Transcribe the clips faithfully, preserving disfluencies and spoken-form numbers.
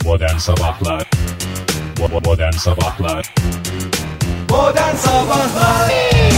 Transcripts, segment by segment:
Modern Sabahlar Modern Sabahlar Modern Sabahlar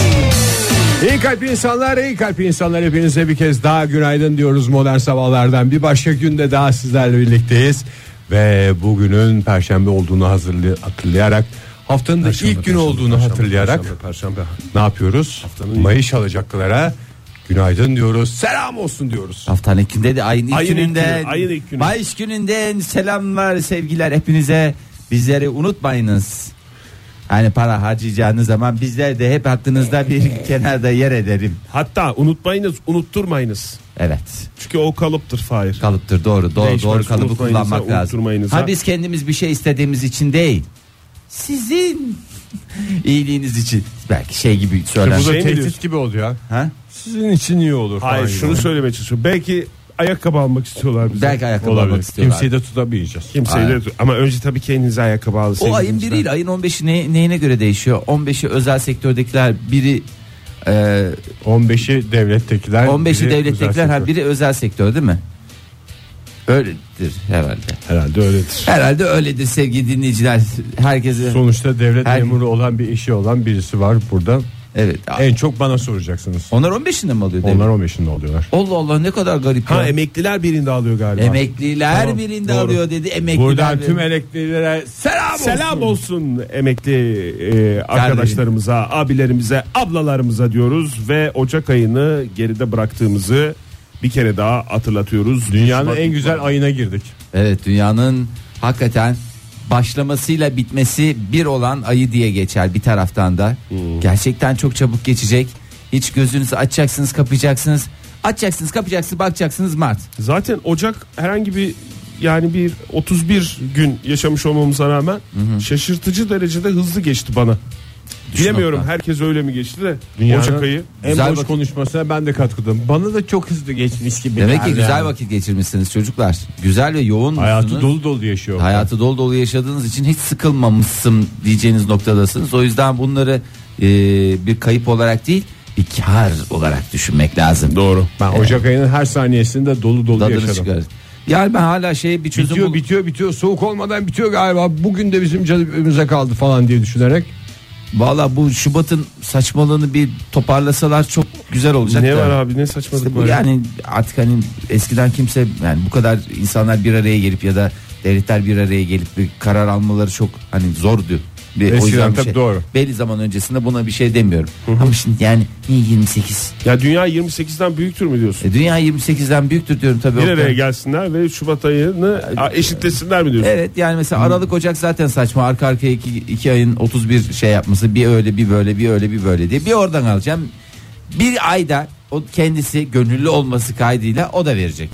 İyi kalp insanlar, iyi kalp insanlar, hepinize bir kez daha günaydın diyoruz Modern Sabahlar'dan. Bir başka günde daha sizlerle birlikteyiz ve bugünün Perşembe olduğunu hazırlı- hatırlayarak haftanın da Perşembe, ilk gün Perşembe, olduğunu Perşembe, hatırlayarak Perşembe, Perşembe. ne yapıyoruz? Haftanın Mayış alacaklara günaydın diyoruz, selam olsun diyoruz. Haftanın ilk günde de ayın ilk Ayın ilk gününden, günü, ayın ilk günü. Mayıs gününden selamlar, sevgiler hepinize. Bizleri unutmayınız. Hani para harcayacağınız zaman bizler de hep aklınızda bir kenarda yer ederim. Hatta unutmayınız, unutturmayınız. Evet. Çünkü o kalıptır Fahir. Kalıptır, doğru doğru Değişmez, doğru kalıbı unutmayınıza, kullanmak lazım. unutturmayınıza. Ha biz kendimiz bir şey istediğimiz için değil. Sizin iyiliğiniz için. Belki şey gibi söyler. Bu da Şey mi tehdit diyorsun? gibi oldu ya. Ha? Sizin için iyi olur falan. Hayır, gibi. şunu söylemeye çalışıyorum. Belki ayakkabı almak istiyorlar bize. Belki ayakkabı Olabilir. almak istiyorlar. Kimseyi de tutamayacağız. Kimseyi de ama önce tabii kendinize ayakkabı alın. O sevgili ayın dinleyiciler. biriyle ayın on beşi ne, neyine göre değişiyor? on beşi özel sektördekiler, biri e, on beşi devlettekiler. on beşi biri devlettekiler, özel ha sektör. biri özel sektör değil mi? Öyledir herhalde. Herhalde öyledir. Herhalde öyledir sevgili dinleyiciler. Herkese Sonuçta devlet Her- memuru olan bir işi olan birisi var burada. evet. En çok bana soracaksınız. Onlar on beşinde mi alıyor? Onlar devlet? on beşinde oluyorlar. Allah Allah, ne kadar garip Ha, ya. emekliler birinde alıyor galiba. Emekliler Tamam, birinde doğru. alıyor dedi. Emekliler Buradan bir- tüm emeklilere selam olsun. Selam olsun emekli e, arkadaşlarımıza, abilerimize, ablalarımıza diyoruz ve Ocak ayını geride bıraktığımızı bir kere daha hatırlatıyoruz. Dünyanın Şubat en güzel itibariyle. ayına girdik. Evet, dünyanın hakikaten başlamasıyla bitmesi bir olan ayı diye geçer bir taraftan da. Hmm. Gerçekten çok çabuk geçecek. Hiç gözünüzü açacaksınız, kapayacaksınız. Açacaksınız, kapayacaksınız, bakacaksınız Mart. Zaten Ocak herhangi bir yani bir otuz bir gün yaşamış olmamıza rağmen şaşırtıcı derecede hızlı geçti bana. Bilemiyorum nokta. herkes öyle mi geçti de Dünyanın Ocak ayı. en Güzel boş vakit. konuşmasına ben de katkıdım. Bana da çok hızlı geçmiş gibi. Demek ki geldi güzel yani. vakit geçirmişsiniz çocuklar. Güzel ve yoğun Hayatı musunuz? dolu dolu yaşıyor. Hayatı dolu dolu yaşadığınız için hiç sıkılmamışsın diyeceğiniz noktadasınız. O yüzden bunları e, bir kayıp olarak değil, bir kar olarak düşünmek lazım. Doğru. Ben Ocak ayının her saniyesinde dolu dolu Tadını yaşadım. çıkarın. Yani ben hala şey bir çözüm Bitiyor bul- bitiyor bitiyor soğuk olmadan bitiyor galiba. Bugün de bizim canımıza kaldı falan diye düşünerek. Valla bu Şubat'ın saçmalığını bir toparlasalar çok güzel olacak. Ne da. var abi, ne saçmalık İşte bu var. yani artık hani eskiden kimse, yani bu kadar insanlar bir araya gelip ya da devletler bir araya gelip bir karar almaları çok hani zordu. Bir, o Eskiden yüzden bir tabii şey, doğru. belli zaman öncesinde buna bir şey demiyorum. Ama şimdi yani niye yirmi sekiz? Ya dünya yirmi sekizden büyüktür mü diyorsun? E, dünya yirmi sekizden büyüktür diyorum tabii. Bir Oktay. araya gelsinler ve Şubat ayını eşitlesinler mi diyorsun? Evet, yani mesela Aralık Ocak zaten saçma, arka arkaya iki, iki ayın otuz bir şey yapması, bir öyle bir böyle bir öyle bir böyle diye bir oradan alacağım. Bir ayda o kendisi gönüllü olması kaydıyla o da verecek.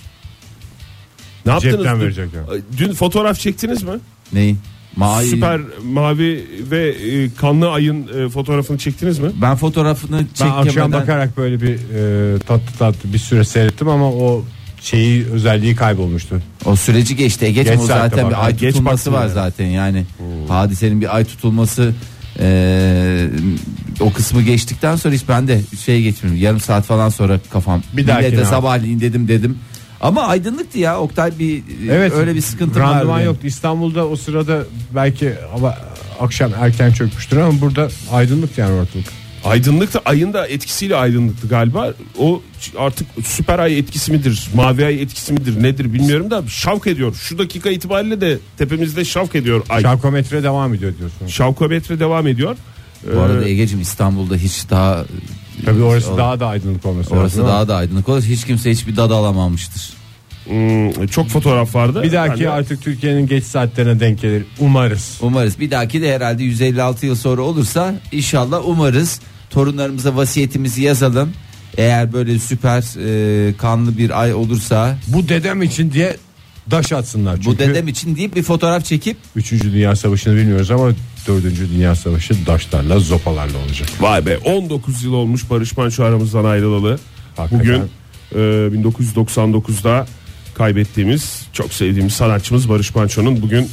Ne yaptınız? Cepten dün? verecek yani. Dün fotoğraf çektiniz mi? Neyin? Mavi. Süper mavi ve e, kanlı ayın e, fotoğrafını çektiniz mi? Ben fotoğrafını Ben çekemeden akşam bakarak böyle bir e, tatlı tatlı bir süre seyrettim ama o şeyi özelliği kaybolmuştu. o süreci geçti. Geçme, Geç o saatte zaten bak. bir ay Geç tutulması baktın var yani. zaten yani. Hadisenin bir ay tutulması, e, o kısmı geçtikten sonra hiç ben de şey geçmiyorum. Yarım saat falan sonra kafam. Bir dahakine Millete abi. sabahleyin dedim dedim. Ama aydınlıktı ya Oktay, bir Evet, öyle bir sıkıntı vardı. randıman yani. yoktu. İstanbul'da o sırada belki ama akşam erken çökmüştür ama burada aydınlık yani ortalık. Aydınlıktı, ayın da etkisiyle aydınlıktı galiba. O artık süper ay etkisi midir, mavi ay etkisi midir, nedir bilmiyorum da şavk ediyor. Şu dakika itibariyle de tepemizde şavk ediyor ay. Şavkometre devam ediyor diyorsun. Şavkometre devam ediyor. Bu arada Ee, Ege'cim, İstanbul'da hiç daha Tabii orası o- daha da aydınlık olması orası lazım. daha da aydınlık olur. Hiç kimse hiçbir dadı alamamıştır. hmm, çok fotoğraf vardı. Bir dahaki Yani artık Türkiye'nin geç saatlerine denk gelir. Umarız. Umarız. Bir dahaki de herhalde yüz elli altı yıl sonra olursa inşallah, umarız. Torunlarımıza vasiyetimizi yazalım. Eğer böyle süper e, kanlı bir ay olursa, Bu dedem için diye daş atsınlar. Çünkü bu dedem için deyip bir fotoğraf çekip, üçüncü Dünya Savaşı'nı bilmiyoruz ama dördüncü Dünya Savaşı daşlarla zopalarla olacak. Vay be, on dokuz yıl olmuş Barış Manço aramızdan ayrılalı. Hakikaten. Bugün e, bin dokuz yüz doksan dokuzda kaybettiğimiz, çok sevdiğimiz sanatçımız Barış Manço'nun bugün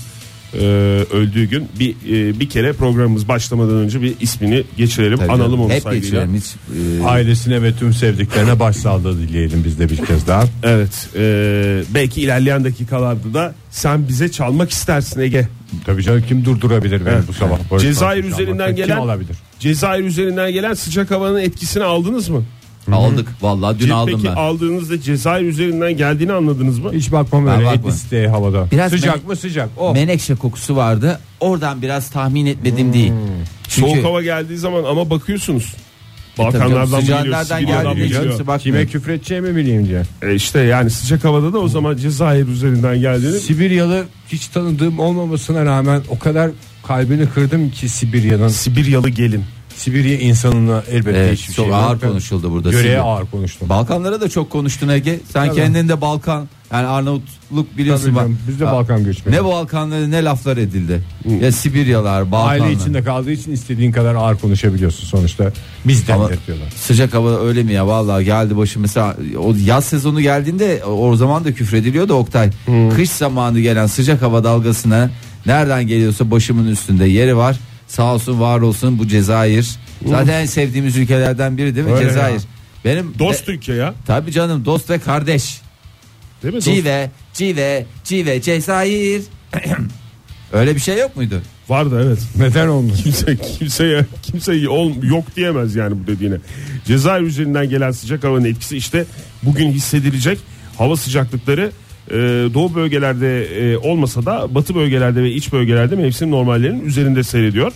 e, öldüğü gün bir e, bir kere programımız başlamadan önce bir ismini geçirelim, Tabii analım canım, onu hep saygıyla. geçirelim hiç, e, Ailesine ve tüm sevdiklerine başsağlığı dileyelim biz de bir kez daha. Evet, e, belki ilerleyen dakikalarda da sen bize çalmak istersin Ege. Tabii canım, kim durdurabilir beni Evet. bu sabah? Barış Cezayir Manço üzerinden çalmakta gelen kim olabilir? Cezayir üzerinden gelen sıcak havanın etkisini aldınız mı? aldık vallahi dün Peki aldım ben. aldığınızda Cezayir üzerinden geldiğini anladınız mı? Hiç bakmam Ben öyle bakmam. etli siteye havada. Biraz sıcak men- mı sıcak? Oh. Menekşe kokusu vardı. Oradan biraz tahmin etmedim Hmm. değil. Çünkü Soğuk hava geldiği zaman ama bakıyorsunuz. tabii Balkanlardan canım, mı sıcağı geliyor? nereden Sibirya'dan mı geldiğine geliyor? kimse bakmıyor. Kime küfredeceğimi bileyim diye. E işte yani sıcak havada da o zaman Cezayir üzerinden geldiğini. Sibiryalı hiç tanıdığım olmamasına rağmen o kadar kalbini kırdım ki Sibirya'nın. Sibiryalı gelin. Sibirya insanına elbette Evet, hiçbir çok şey ağır yok. konuşuldu burada. Yöreye Sibirya. ağır konuştum. Balkanlara da çok konuştun Ege. Sen Tabii. kendin de Balkan, yani Arnavutluk biliyorsun Tabii bak. canım, biz de Ha, Balkan göçmeni. Ne Balkanları ne laflar edildi. Ya Sibiryalar, Balkanlar. Aile içinde kaldığı için istediğin kadar ağır konuşabiliyorsun sonuçta. Bizden Ama de diyorlar. sıcak hava öyle mi ya, vallahi geldi başım mesela, o yaz sezonu geldiğinde o zaman da küfrediliyordu Oktay. Kış zamanı gelen sıcak hava dalgasına nereden geliyorsa başımın üstünde yeri var. Sağ olsun var olsun bu Cezayir. Zaten en sevdiğimiz ülkelerden biri değil mi Öyle Cezayir? ya. Benim Dost de, ülke ya. tabii canım, dost ve kardeş. Değil mi? Dost. Cive, cive, cive Cezayir. Öyle bir şey yok muydu? Vardı evet. Neden olmuş? Kimse kimseye kimse ol, yok diyemez yani bu dediğine. Cezayir üzerinden gelen sıcak havanın etkisi işte bugün hissedilecek. Hava sıcaklıkları e, doğu bölgelerde e, olmasa da batı bölgelerde ve iç bölgelerde mevsim normallerinin üzerinde seyrediyor.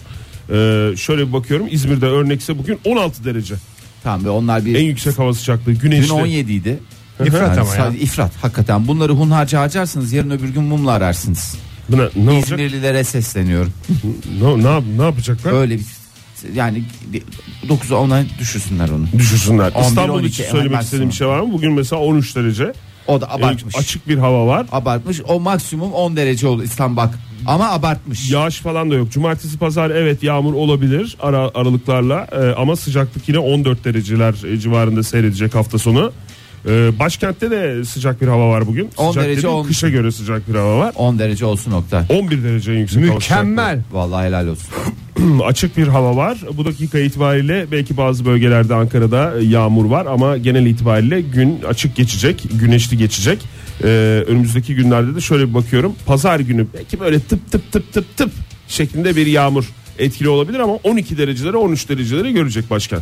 E, şöyle bir bakıyorum, İzmir'de örnekse bugün on altı derece. Tamam be, onlar bir En yüksek hava sıcaklığı güneşli. dün on yedi idi. İfrat ama ya. sadece ifrat hakikaten. Bunları hunharca harcarsınız, yarın öbür gün mumla ararsınız. Buna, ne olacak? İzmirlilere sesleniyorum. Ne, ne, yap- ne yapacaklar? Öyle bir, yani dokuza ona düşürsünler onu. Düşürsünler. on bir, İstanbul on iki için hemen söylemek maksimum. istediğim bir şey var mı? Bugün mesela on üç derece. O da abartmış. E, açık bir hava var. Abartmış. O maksimum on derece oldu İstanbul bak. Ama abartmış. Yağış falan da yok. Cumartesi pazar evet yağmur olabilir ara, aralıklarla e, ama sıcaklık yine on dört dereceler e, civarında seyredecek hafta sonu. E, başkentte de sıcak bir hava var bugün. on Sıcak derece dediğim, olmuş. kışa göre sıcak bir hava var. on derece olsun nokta. on bir derece en yüksek hava Mükemmel. Vallahi helal olsun. sıcaklığı. Açık bir hava var. Bu dakika itibariyle belki bazı bölgelerde Ankara'da e, yağmur var ama genel itibariyle gün açık geçecek, güneşli geçecek. E, önümüzdeki günlerde de şöyle bir bakıyorum. Pazar günü belki böyle tıp tıp tıp tıp tıp şeklinde bir yağmur etkili olabilir ama on iki derecelere on üç dereceleri görecek başkent.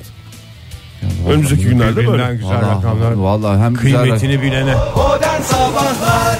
Önümüzdeki günlerde Birbirinden böyle. güzel rakamlar. Vallahi, vallahi hem güzel Kıymetini bilene. Modern Sabahlar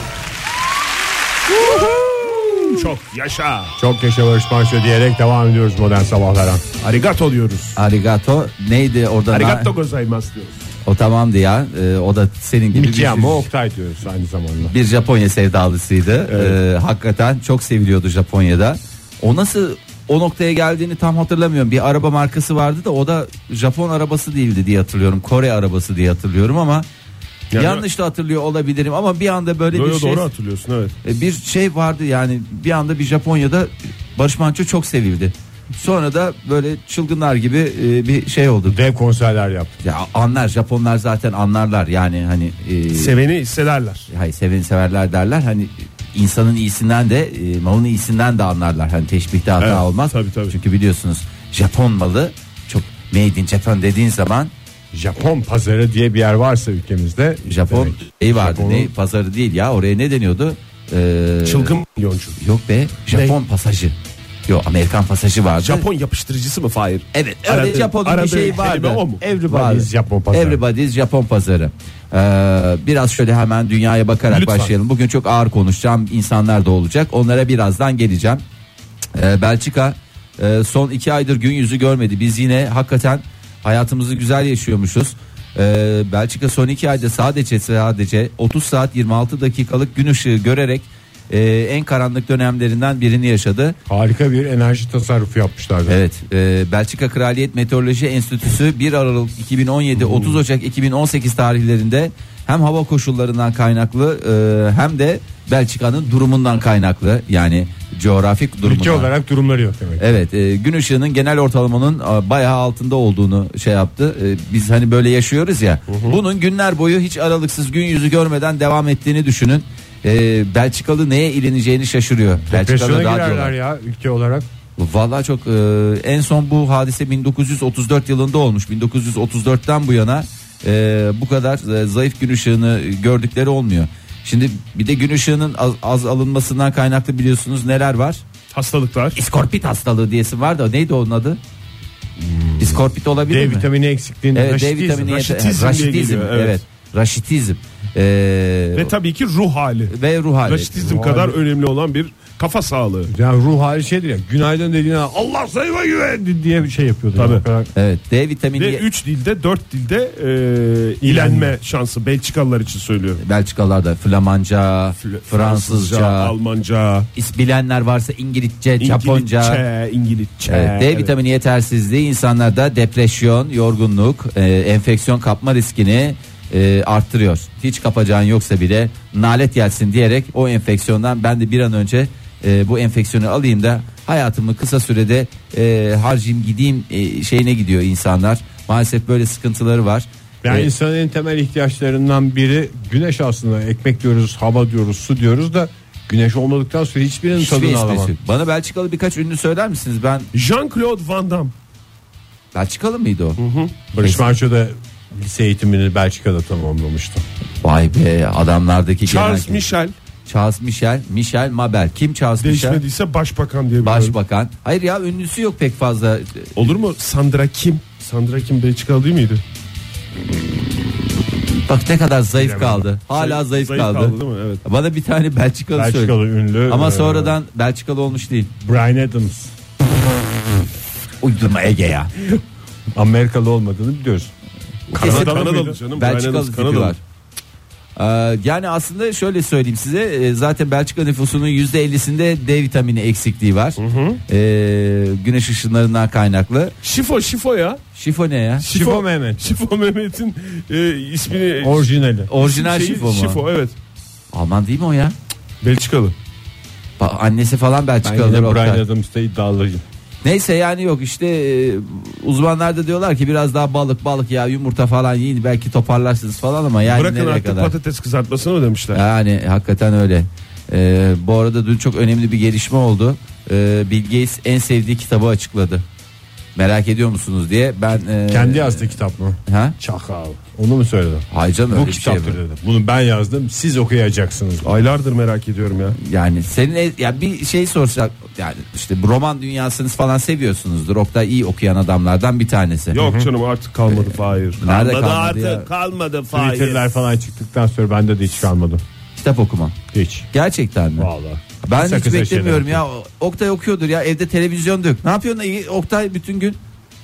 Çok yaşa. Çok yaşa Barış Manço diyerek devam ediyoruz modern sabahlara. Arigato diyoruz. arigato neydi orada? Arigato gozaimasu diyoruz. O tamamdı ya. Ee, o da senin gibi Miki bir, ama Oktay diyoruz aynı zamanda. bir Japonya sevdalısıydı. Ee, hakikaten çok seviliyordu Japonya'da. O nasıl o noktaya geldiğini tam hatırlamıyorum. Bir araba markası vardı da o da Japon arabası değildi diye hatırlıyorum. Kore arabası diye hatırlıyorum ama Yani- yanlış da hatırlıyor olabilirim ama bir anda böyle Yo, bir yo, şey doğru hatırlıyorsun evet. e, bir şey vardı yani bir anda bir Japonya'da Barış Manço çok sevildi. Sonra da böyle çılgınlar gibi e, bir şey oldu. Dev konserler yaptı. Ya anlar, Japonlar zaten anlarlar yani hani e, Seveni hissederler. hayır, seveni severler derler hani insanın iyisinden de e, malın iyisinden de anlarlar hani teşbihte hata Evet, olmaz. tabii, tabii. Çünkü biliyorsunuz Japon malı çok made in Japan dediğin zaman Japon pazarı diye bir yer varsa ülkemizde. Japon demek. şey vardı Japon'un- ne pazarı değil ya, oraya ne deniyordu? Ee, Çılgın milyoncu. Yok be, Japon pasajı. Yok, Amerikan pasajı vardı. Japon yapıştırıcısı mı Fahir? Evet, öyle Aradığı- Japon'un bir aradığı şeyi vardı. kelime o mu? Everybody's Japon pazarı. Everybody's Japon pazarı. Ee, biraz şöyle hemen dünyaya bakarak Lütfen. başlayalım. Bugün çok ağır konuşacağım insanlar da olacak. Onlara birazdan geleceğim. Ee, Belçika e, son iki aydır gün yüzü görmedi. Biz yine hakikaten hayatımızı güzel yaşıyormuşuz. Ee, Belçika son iki ayda sadece sadece otuz saat yirmi altı dakikalık gün ışığı görerek e, en karanlık dönemlerinden birini yaşadı. Harika bir enerji tasarrufu yapmışlar. Evet, e, Belçika Kraliyet Meteoroloji Enstitüsü bir Aralık iki bin on yedi otuz Ocak iki bin on sekiz tarihlerinde hem hava koşullarından kaynaklı e, hem de Belçika'nın durumundan kaynaklı, yani coğrafik durumundan. Ülke olarak durumları yok demek. Evet, e, gün ışığının genel ortalamanın e, bayağı altında olduğunu şey yaptı. E, biz hani böyle yaşıyoruz ya. Bunun günler boyu hiç aralıksız gün yüzü görmeden devam ettiğini düşünün. e, Belçikalı neye ileneceğini şaşırıyor. Depresyona Belçikalı girerler radyolar. ya ülke olarak. Vallahi çok e, en son bu hadise bin dokuz yüz otuz dört yılında olmuş. bin dokuz yüz otuz dörtten bu yana e, bu kadar e, zayıf gün ışığını gördükleri olmuyor. Şimdi bir de gün ışığının az, az alınmasından kaynaklı biliyorsunuz neler var? Hastalıklar. İskorpit hastalığı diyesi var da neydi onun adı? Hmm. İskorpit olabilir D mi? vitamini eksikliğinde. Evet, D raşitizm. vitamini Raşitizm diye raşitizm, geliyor, evet. evet. Raşitizm. Ee, Ve tabii ki ruh hali. ve ruh hali. Raşitizm Ruh kadar hali. önemli olan bir kafa sağlığı. Yani ruh hali şeydir ya. Günaydın dediğine Allah sayıma güven diye bir şey yapıyordu. Tabii. Yani. Evet, D vitamini. Ve üç dilde dört dilde e, ilenme şansı Belçikalılar için söylüyorum. Belçikalılarda Flamanca, Fransızca, Almanca, is bilenler varsa İngilizce, Japonca. İngilizce, İngilizce. Evet, D vitamini yetersizliği insanlarda depresyon, yorgunluk, e, enfeksiyon kapma riskini e, arttırıyor. Hiç kapacağın yoksa bile nalet gelsin diyerek o enfeksiyondan ben de bir an önce e, bu enfeksiyonu alayım da hayatımı kısa sürede e, harcayayım gideyim e, şeyine gidiyor insanlar. Maalesef böyle sıkıntıları var. Yani E, insanın en temel ihtiyaçlarından biri güneş aslında. Ekmek diyoruz, hava diyoruz, su diyoruz da güneş olmadıktan sonra hiçbirinin hiçbir tadını esprisi alamam. yok. Bana Belçikalı birkaç ünlü söyler misiniz? Ben Jean-Claude Van Damme. Belçikalı mıydı o? Barış Manço da lise eğitimini Belçika'da tamamlamıştı. Vay be, adamlardaki Charles genel- Michel. Charles Michel, Michel Mabel. Kim Charles Michel? Değişmediyse başbakan diye biliyorum. Başbakan. Hayır ya, ünlüsü yok pek fazla. Olur mu? Sandra Kim. Sandra Kim Belçikalı değil miydi? Bak ne kadar zayıf Bilemem. kaldı. Hala zayıf, kaldı. değil mi? Evet. Bana bir tane Belçikalı, Belçikalı söyle. ünlü. Ama e, sonradan Belçikalı olmuş değil. Brian Adams. Uydurma Ege ya. Amerikalı olmadığını biliyoruz. Kesin Kanadalı canım. Brian Belçikalı Adams tipi Kanadalı. var. Ee, yani aslında şöyle söyleyeyim size, e, zaten Belçika nüfusunun yüzde ellisinde D vitamini eksikliği var. Ee, güneş ışınlarından kaynaklı. Şifo Şifo ya. Şifo ne ya? Şifo Mehmet. Şifo Mehmet'in e, ismini. Orijinali. Orijinal şeyi- şifo mu? Şifo evet. Alman değil mi o ya? Belçikalı. Ba- Annesi falan Ben Belçikalıdır. yine Oktay. Brian Adams'ta iddialıyım. Neyse yani yok işte, e, uzmanlar da diyorlar ki biraz daha balık balık ya yumurta falan yiyin belki toparlarsınız falan ama yani Bırakın nereye artık kadar? patates kızartmasını mı demişler? Yani hakikaten öyle. Ee, bu arada dün çok önemli bir gelişme oldu. Ee, Bill Gates en sevdiği kitabı açıkladı. Merak ediyor musunuz diye ben e, Kendi yazdığı kitap mı? Ha? Çakal. Onu mu söyledi? Hayır canım, Bu öyle bir şey kitaptır mi? dedi. Bunu ben yazdım. Siz okuyacaksınız. Aylardır merak ediyorum ya. Yani senin e- ya bir şey sorsak, yani işte bu roman dünyasını falan seviyorsunuzdur. Oktay iyi okuyan adamlardan bir tanesi. Yok canım artık kalmadı Fahir. Nerede kalmadı artık ya? kalmadı Fahir. Twitter'ler falan çıktıktan sonra bende de hiç kalmadı. Kitap okuma. Hiç. Gerçekten mi? Vallahi. Ben Kısa hiç kısa beklemiyorum şeyler ya. Oktay okuyordur ya, evde televizyon yok. Ne yapıyorsun Oktay bütün gün?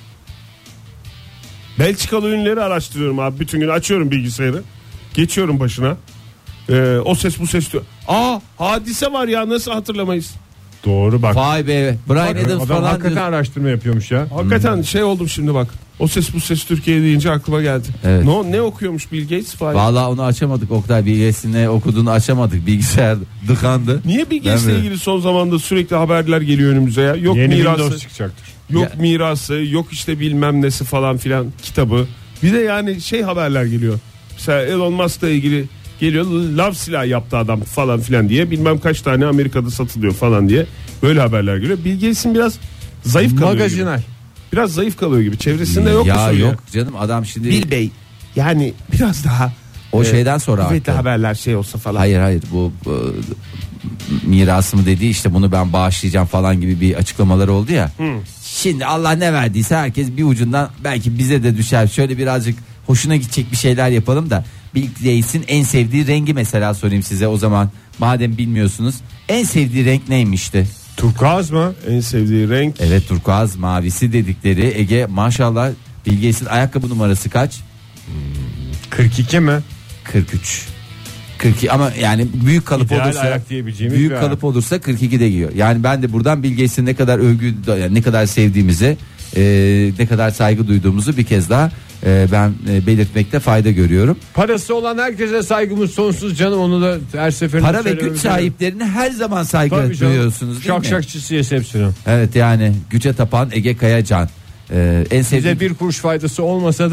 Belçikalı ünlüleri araştırıyorum abi. Bütün gün açıyorum bilgisayarı. Geçiyorum başına. Ee, o ses bu ses diyor. Aa hadise var ya, nasıl hatırlamayız? Doğru bak. Vay be, Brian Bak, Adams adam falan hakikaten diyor. araştırma yapıyormuş ya. Hakikaten şey oldum şimdi bak. O ses bu ses Türkiye deyince aklıma geldi. Evet. Ne, ne okuyormuş Bill Gates Fahir? Vallahi onu açamadık Oktay, bilgisini okuduğunu açamadık, bilgisayar dıkandı. Niye Bill Ben Gates'le mi? ilgili son zamanda sürekli haberler geliyor önümüze ya? Yok Yeni mirası, Windows çıkacaktır. yok Ya- mirası, yok işte bilmem nesi falan filan kitabı. Bir de yani şey haberler geliyor. Mesela Elon Musk'la ilgili geliyor, lav silah yaptı adam falan filan diye, bilmem kaç tane Amerika'da satılıyor falan diye böyle haberler geliyor. Bill Gates'in biraz zayıf kalıyor gibi. Magajinal. Biraz zayıf kalıyor gibi. Çevresinde yok mu Ya söylüyor? yok canım, adam şimdi Bill Bey yani biraz daha o e, şeyden sonra kuvvetli arttı. haberler şey olsa falan. Hayır hayır, bu, bu mirasımı dediği işte bunu ben bağışlayacağım falan gibi bir açıklamaları oldu ya. Şimdi Allah ne verdiyse herkes bir ucundan belki bize de düşer. Şöyle birazcık hoşuna gidecek bir şeyler yapalım da. Bill Gates'in en sevdiği rengi mesela sorayım size o zaman, madem bilmiyorsunuz. En sevdiği renk neymişti? Turkuaz mı? En sevdiği renk Evet, turkuaz mavisi dedikleri. Ege maşallah, Bill Gates'in ayakkabı numarası kaç? kırk iki mi? kırk üç. kırk iki ama yani büyük kalıp İdeal olursa ayak diyebileceğimiz büyük bir kalıp olursa kırk iki de giyiyor. Yani ben de buradan Bill Gates'in ne kadar övgü, yani ne kadar sevdiğimizi, e, ne kadar saygı duyduğumuzu bir kez daha e, ben e, belirtmekte fayda görüyorum. Parası olan herkese saygımız sonsuz canım, onu da her seferinde Para ve güç söylememiz sahiplerine her zaman saygı Tabii canım. duyuyorsunuz değil Şak mi? şakçısıyız hepsini. Evet yani güce tapan Ege Kayacan. E, en sevdiğim Bize bir kuruş faydası olmasa da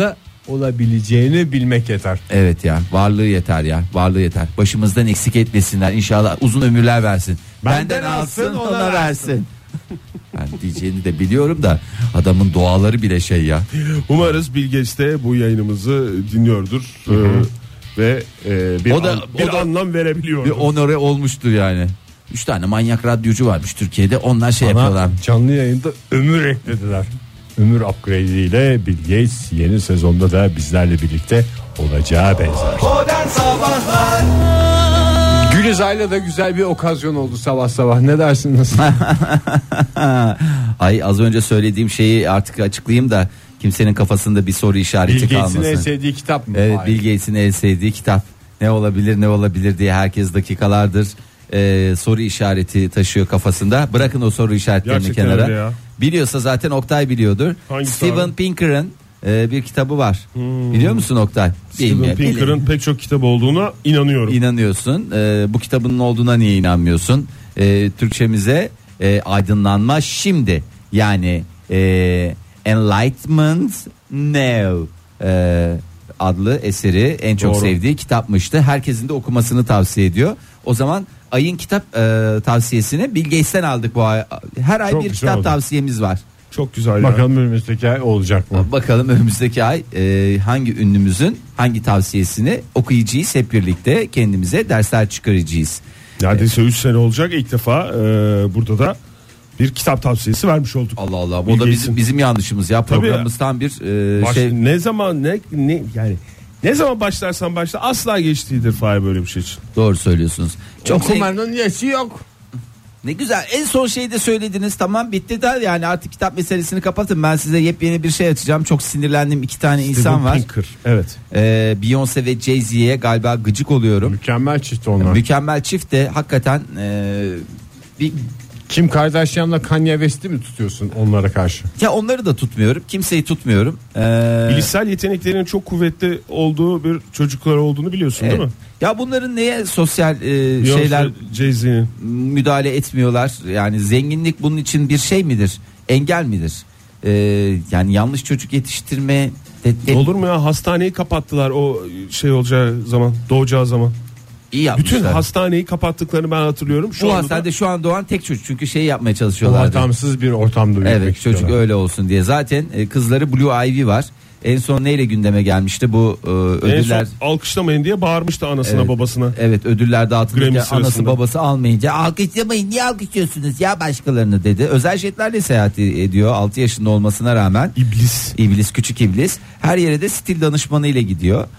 olabileceğini bilmek yeter. Evet ya, varlığı yeter ya, varlığı yeter. Başımızdan eksik etmesinler inşallah, uzun ömürler versin. Benden Benden alsın, alsın, ona, ona versin. versin. Ben diyeceğini de biliyorum da adamın duaları bile şey ya. Umarız Bill Gates de bu yayınımızı dinliyordur. Ee, ve e, bir, O da- an- o bir da- anlam verebiliyor. Bir onore olmuştur yani. Üç tane manyak radyocu varmış Türkiye'de, onlar şey Bana yapıyorlar. canlı yayında ömür eklediler. Ömür upgrade ile Bill Gates yeni sezonda da bizlerle birlikte olacağı benzer. Modern Sabahlar. Gülizay'la da güzel bir okazyon oldu sabah sabah. Ne dersiniz? Ay, az önce söylediğim şeyi artık açıklayayım da kimsenin kafasında bir soru işareti Bill Gates'in kalmasın. en sevdiği kitap mı? Evet, Hayır. Bill Gates'in en sevdiği kitap. Ne olabilir ne olabilir diye herkes dakikalardır e, soru işareti taşıyor kafasında. Bırakın o soru işaretlerini Gerçekten öyle kenara. ya. Biliyorsa zaten Oktay biliyordur. Hangisi Steven abi? Pinker'ın e, bir kitabı var. Biliyor musun Oktay? Steven Bilmiyorum. Pinker'ın pek çok kitap olduğuna inanıyorum. İnanıyorsun. E, bu kitabının olduğuna niye inanmıyorsun? E, Türkçemize e, aydınlanma şimdi, yani e, Enlightenment Now e, adlı eseri en çok Doğru. sevdiği kitapmıştı. Herkesin de okumasını tavsiye ediyor. O zaman ayın kitap e, tavsiyesini Bill Gates'ten aldık bu ay. Her ay Çok bir güzel kitap oldu. tavsiyemiz var. Çok güzel ya. Bakalım önümüzdeki ay olacak mı? Bakalım önümüzdeki ay e, hangi ünlümüzün hangi tavsiyesini okuyacağız, hep birlikte kendimize dersler çıkaracağız. Neredeyse üç sene olacak ilk defa e, burada da bir kitap tavsiyesi vermiş olduk. Allah Allah, Bill bu da bizim Gates'in. bizim yanlışımız ya. Tabii Programımız tam bir e, Baş- şey. ne zaman ne, ne yani ne zaman başlarsan başla asla geç değildir Fahir böyle bir şey için. Doğru söylüyorsunuz. Çok zevk- Okumanın yesi yok. ne güzel. En son şeyi de söylediniz. Tamam, bitti de yani artık kitap meselesini kapatın. Ben size yepyeni bir şey açacağım. Çok sinirlendim. İki tane insan Steven var. Pinker, evet. Ee, Beyoncé ve Jay-Z'ye galiba gıcık oluyorum. Mükemmel çift onlar. Mükemmel çift de hakikaten e, bir, Kim Kardashian'la Kanye West'i mi tutuyorsun onlara karşı? ya onları da tutmuyorum. Kimseyi tutmuyorum. Ee, Bilişsel yeteneklerinin çok kuvvetli olduğu bir çocuklar olduğunu biliyorsun evet. değil mi? Ya bunların neye sosyal e, Beyoncé, şeyler Jay-Z'nin. müdahale etmiyorlar? Yani zenginlik bunun için bir şey midir? Engel midir? Ee, yani yanlış çocuk yetiştirme de, de- Olur mu ya, hastaneyi kapattılar o şey olacağı zaman, doğacağı zaman. iyi yapmışlar. Bütün hastaneyi kapattıklarını ben hatırlıyorum. Şu Bu anda hastanede da- şu an doğan tek çocuk, çünkü şey yapmaya çalışıyorlardı. Ortamsız bir ortamda büyütmek Evet, çocuk istiyorlar. öyle olsun diye. Zaten e, kızları Blue Ivy var. En son neyle gündeme gelmişti bu e, en ödüller? son alkışlamayın diye bağırmıştı anasına Evet. babasına. Evet, ödüller dağıtılırken Grammy anası sırasında. babası almayınca alkışlamayın, niye alkışlıyorsunuz ya başkalarını dedi. Özel jetlerle seyahat ediyor altı yaşında olmasına rağmen. İblis. İblis, küçük iblis. Her yere de stil danışmanı ile gidiyor.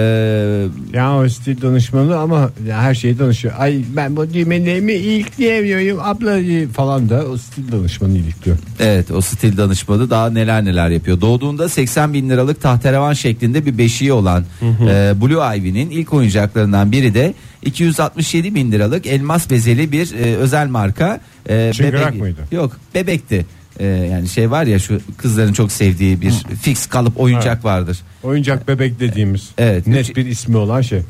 Ee, Ya o stil danışmanı ama ya her şeyi danışıyor. Ay ben bu düğmelerimi ilikleyemiyorum abla falan da o stil danışmanı ilikliyor. evet, o stil danışmanı daha neler neler yapıyor. Doğduğunda seksen bin liralık tahterevan şeklinde bir beşiği olan e, Blue Ivy'nin ilk oyuncaklarından biri de iki yüz altmış yedi bin liralık elmas bezeli bir e, özel marka. E, Çıngırak mıydı? Yok, bebekti. E, yani şey var ya, şu kızların çok sevdiği bir fix kalıp oyuncak vardır. Oyuncak bebek dediğimiz Evet. net bir ismi olan şey.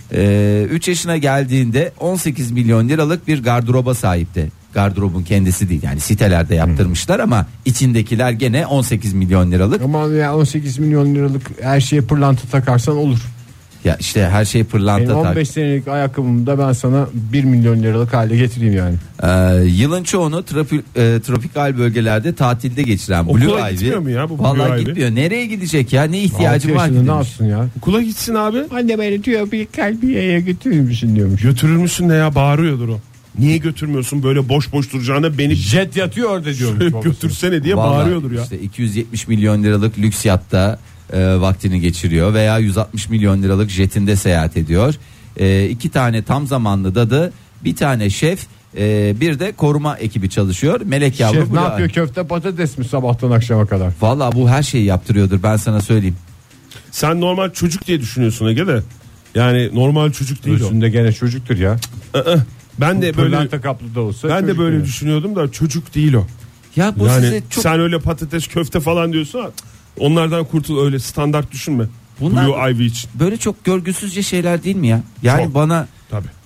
üç yaşına geldiğinde on sekiz milyon liralık bir gardıroba sahipti. Gardırobun kendisi değil, yani sitelerde yaptırmışlar ama içindekiler gene on sekiz milyon liralık. Ama ya on sekiz milyon liralık her şeye pırlanta takarsan olur. Ya işte her şey Benim pırlanta on tak. beş senelik ayakkabımı da ben sana bir milyon liralık hale getireyim yani. Ee, yılın çoğunu tropi, e, tropikal bölgelerde tatilde geçiren Okula Blue Ivy. gitmiyor mu ya bu Blue Vallahi Ivy? gitmiyor. Nereye gidecek ya? Ne altı ihtiyacı var ki yaşında ne demiş. yapsın ya? Okula gitsin abi. Anne beni diyor bir kalbiyeye götürür müsün diyormuş. Götürür müsün ne ya, bağırıyordur o. Niye götürmüyorsun, böyle boş boş duracağına beni Jet yatıyor orada diyormuş babası. götürsene diye Vallahi bağırıyordur ya. işte iki yüz yetmiş milyon liralık lüks yatta e, vaktini geçiriyor veya yüz altmış milyon liralık jetinde seyahat ediyor. E, iki tane tam zamanlı dadı, bir tane şef, e, bir de koruma ekibi çalışıyor. Melek yavru. Şef ne Blue yapıyor, Ivy. köfte patates mi sabahtan akşama kadar? Vallahi bu her şeyi yaptırıyordur, ben sana söyleyeyim. Sen normal çocuk diye düşünüyorsun Ege de. Yani normal çocuk değil o. Üstünde gene çocuktur ya. Aa, Ben de böyle Pırlanta kaplı da olsa ben de çocuk böyle yani. düşünüyordum da çocuk değil o. Ya bu Yani size çok sen öyle patates köfte falan diyorsun ha, onlardan kurtul, öyle standart düşünme. Bunlar- Blue Ivy için. böyle çok görgüsüzce şeyler değil mi ya? Yani Çok. bana Tabii.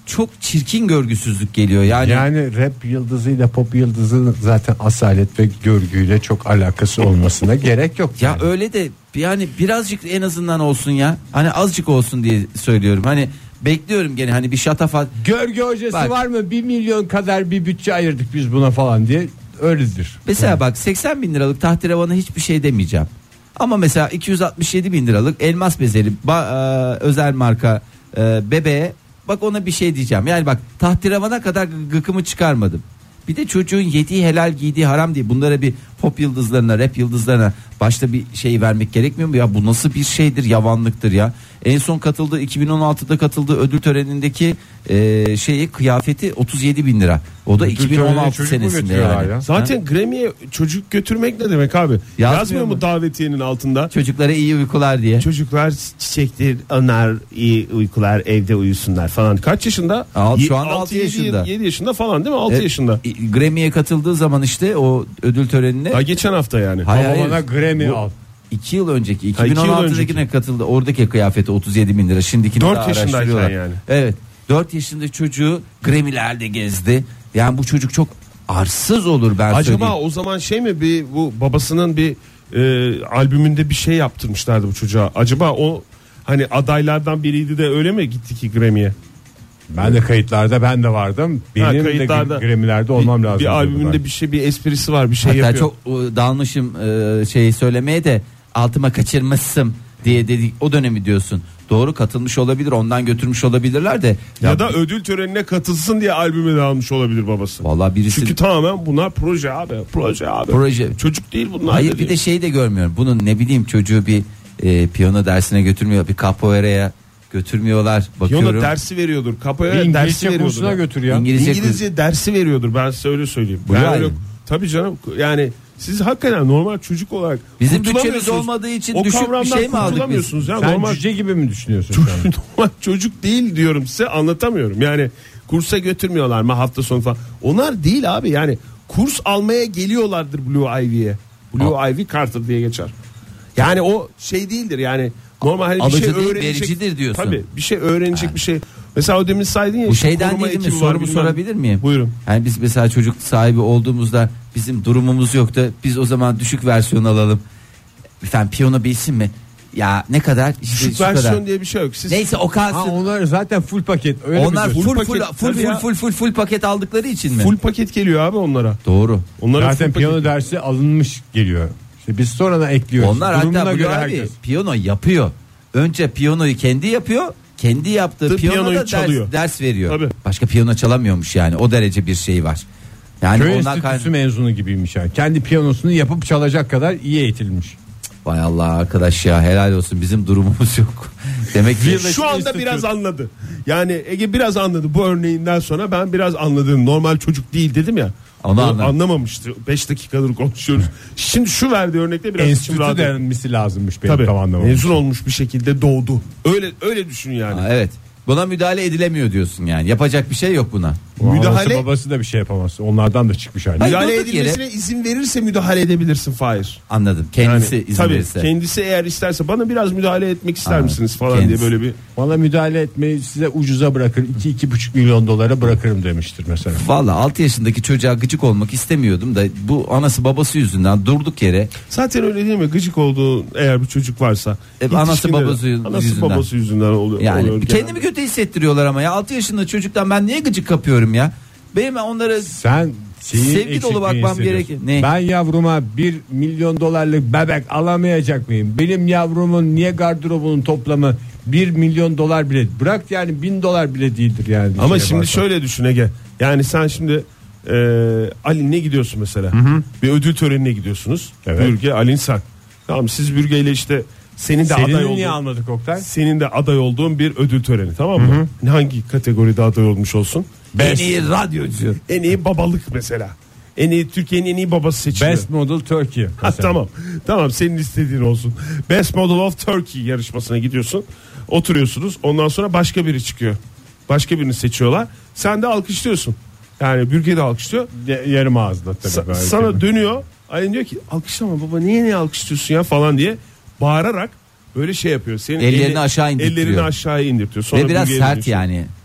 çok çirkin görgüsüzlük geliyor. Yani, Yani rap yıldızıyla pop yıldızının zaten asalet ve görgüyle çok alakası olmasına gerek yok. ya yani. öyle de yani birazcık en azından olsun ya. Hani azıcık olsun diye söylüyorum. Hani bekliyorum gene hani bir şatafat. Görgü hocası Bak. var mı? Bir milyon kadar bir bütçe ayırdık biz buna falan diye öyledir. Mesela Yani. bak seksen bin liralık tahterevan'a hiçbir şey demeyeceğim. Ama mesela iki yüz altmış yedi bin liralık elmas bezeli ba- e, özel marka e, bebeğe bak ona bir şey diyeceğim. Yani bak tahteravana kadar gıkımı çıkarmadım. Bir de çocuğun yediği helal giydiği haram diye bunlara bir pop yıldızlarına rap yıldızlarına başta bir şey vermek gerekmiyor mu ya? Bu nasıl bir şeydir, yavanlıktır ya. En son katıldığı iki bin on altıda katıldığı ödül törenindeki e, şeyi kıyafeti otuz yedi bin lira. O da Ödül iki bin on törenine altı çocuk mu senesinde götürüyorlar yani. ya? Zaten Grammy'ye çocuk götürmek ne demek abi? Yazmıyor mu? mu davetiyenin altında? Çocuklara iyi uykular diye. Çocuklar çiçektir, onlar iyi uykular, evde uyusunlar falan. Kaç yaşında? Al- şu Ye- anda altı yedi, yaşında. yedi yaşında falan değil mi? altı Evet, yaşında. e, Grammy'ye katıldığı zaman işte o ödül törenine Daha geçen hafta yani. Hayır, Ama hayır. bana Grammy Bu- al. iki yıl önceki Ha, iki yıl iki bin on altıdakine önceki. katıldı. Oradaki kıyafeti otuz yedi bin lira. Şimdikini Dört daha yaşındayken araştırıyorlar. yani. Evet. dört yaşında çocuğu Grammy'lerde gezdi. Yani bu çocuk çok arsız olur ben Acaba söyleyeyim. o zaman şey mi bir bu babasının bir e, albümünde bir şey yaptırmışlardı bu çocuğa. Acaba o hani adaylardan biriydi de öyle mi gitti ki Grammy'ye? Ben de kayıtlarda ben de vardım. Benim Ha, de kayıtlarda Grammy'lerde olmam bir, lazım. Bir albümünde bir şey bir esprisi var bir şey Hatta yapıyor. çok e, dalmışım e, şeyi söylemeye de altıma kaçırmışsın diye dedik o dönemi diyorsun. Doğru katılmış olabilir, ondan götürmüş olabilirler de. Ya, da ödül törenine katılsın diye albüme de almış olabilir babası. Vallahi birisi Çünkü tamamen bunlar proje abi. Proje abi. Proje. Çocuk değil bunlar. hayır dedi. bir de şeyi de görmüyorum. Bunun ne bileyim çocuğu bir e, piyano dersine götürmüyor, bir capoeira'ya götürmüyorlar. Bakıyorum. Piyano dersi veriyordur. Kapoya dersi İngilizce veriyordur. kursuna ya. götür ya. İngilizce, İngilizce dersi veriyordur. Ben size öyle söyleyeyim. Bu Yani yani. öyle- tabii canım yani siz hakikaten normal çocuk olarak Bizim bütçemiz kurtulamıyorsunuz. olmadığı için o düşük bir kavramdan şey mi aldık biz? kurtulamıyorsunuz ya. Sen normal, cüce gibi mi düşünüyorsun şu an? normal çocuk değil diyorum size, anlatamıyorum. Yani kursa götürmüyorlar mı hafta sonu falan. Onlar değil abi, yani kurs almaya geliyorlardır Blue Ivy'ye. Blue Ivy Carter diye geçer. Yani o şey değildir yani. Normal hani bir Alıcı şey değil, öğrenecek. vericidir diyorsun. Tabii bir şey öğrenecek bir şey. Mesela o demin saydın ya. Bu işte şeyden koruma değil mi? ekibi var, Sorumu bilmem. sorabilir miyim? Buyurun. Yani biz mesela çocuk sahibi olduğumuzda bizim durumumuz yoktu. Biz o zaman düşük versiyon alalım. Efendim piyano bilsin mi? Ya ne kadar? İşte Düşük şu versiyon kadar. diye bir şey yok. Siz Neyse o kalsın. Ha, onlar zaten full paket. Öyle Onlar mi full diyorsun? full full paket, full tabii full, ya. full full full paket aldıkları için mi? full paket geliyor abi onlara. Doğru. Onlara Zaten full piyano paket- dersi alınmış geliyor. İşte biz sonradan ekliyoruz. Onlar Durumuna hatta göre Blue Ivy herkes. piyano yapıyor. Önce piyanoyu kendi yapıyor. Kendi yaptığı Tıp piyanoda piyanoyu ders, çalıyor. ders veriyor. Tabii. Başka piyano çalamıyormuş yani. O derece bir şey var. Yani Köy ondan enstitüsü kay- mezunu gibiymiş yani. Kendi piyanosunu yapıp çalacak kadar iyi eğitilmiş. Vay Allah arkadaş ya, helal olsun, bizim durumumuz yok. Demek ki Şu anda biraz anladı. Yani Ege biraz anladı bu örneğinden sonra, ben biraz anladım. Normal çocuk değil dedim ya. Onu O anladım. anlamamıştı. beş dakikadır konuşuyoruz. Şimdi şu verdiği örnekte biraz içim Enstitü rahat etti. denmesi lazımmış benim Tabii. tam anlamam. Mezun olmuş bir şekilde doğdu. Öyle öyle düşün yani. Ha, evet. Buna müdahale edilemiyor diyorsun yani. Yapacak bir şey yok buna. Müdahale- Anası babası da bir şey yapamaz. Onlardan da çıkmış hali. Hayır, Müdahale durduk yere- edilmesine izin verirse müdahale edebilirsin Fahir. Anladım. Kendisi Yani, izin tabii, verirse. kendisi eğer isterse bana biraz müdahale etmek ister Ha, misiniz falan kendisi. diye böyle bir. Bana müdahale etmeyi size ucuza bırakır. iki iki buçuk milyon dolara bırakırım demiştir mesela. Valla altı yaşındaki çocuğa gıcık olmak istemiyordum da bu anası babası yüzünden durduk yere Zaten öyle değil mi? Gıcık olduğu eğer bir çocuk varsa. Hep anası yetişkinlere- babası anası yüzünden. babası yüzünden oluyor. yani oluyor kendimi genelde. kötü hissettiriyorlar ama ya altı yaşında çocuktan ben niye gıcık kapıyorum ya? Benim onları Sen şeyin Sevgi eksikliğini dolu bakmam hissediyorsun. gerekir. Ne? Ben yavruma bir milyon dolarlık bebek alamayacak mıyım? Benim yavrumun niye gardırobunun toplamı bir milyon dolar bile, bırak yani bin dolar bile değildir yani. Ama Şeye şimdi bakarsan. şöyle düşün Ege. Yani sen şimdi e, Ali'ne gidiyorsun mesela. Bir ödül törenine gidiyorsunuz. Evet. Bürge, Alin sen. Tamam, siz Bürge ile işte senin de aday Senin olduğun, niye almadık Oktay? senin de aday olduğun bir ödül töreni, tamam mı? Hangi kategoride aday olmuş olsun? en iyi radyocu. En iyi babalık mesela. En iyi, Türkiye'nin en iyi babası seçiliyor. Best Model Turkey. Ha, mesela. tamam. Tamam, senin istediğin olsun. Best Model of Turkey yarışmasına gidiyorsun. Oturuyorsunuz. Ondan sonra başka biri çıkıyor. Başka birini seçiyorlar. Sen de alkışlıyorsun. Yani Bürge de alkışlıyor. Y- yarım ağızda tabii. Sa- böyle sana tabii. dönüyor. Aynen diyor ki alkışlama baba, niye niye alkışlıyorsun ya falan diye bağırarak böyle şey yapıyor. Senin Ellerini elini- aşağı indirtiyor. Ellerini aşağı indirtiyor. Sonra Ve biraz Bürge'ye sert dönüyorsun. yani.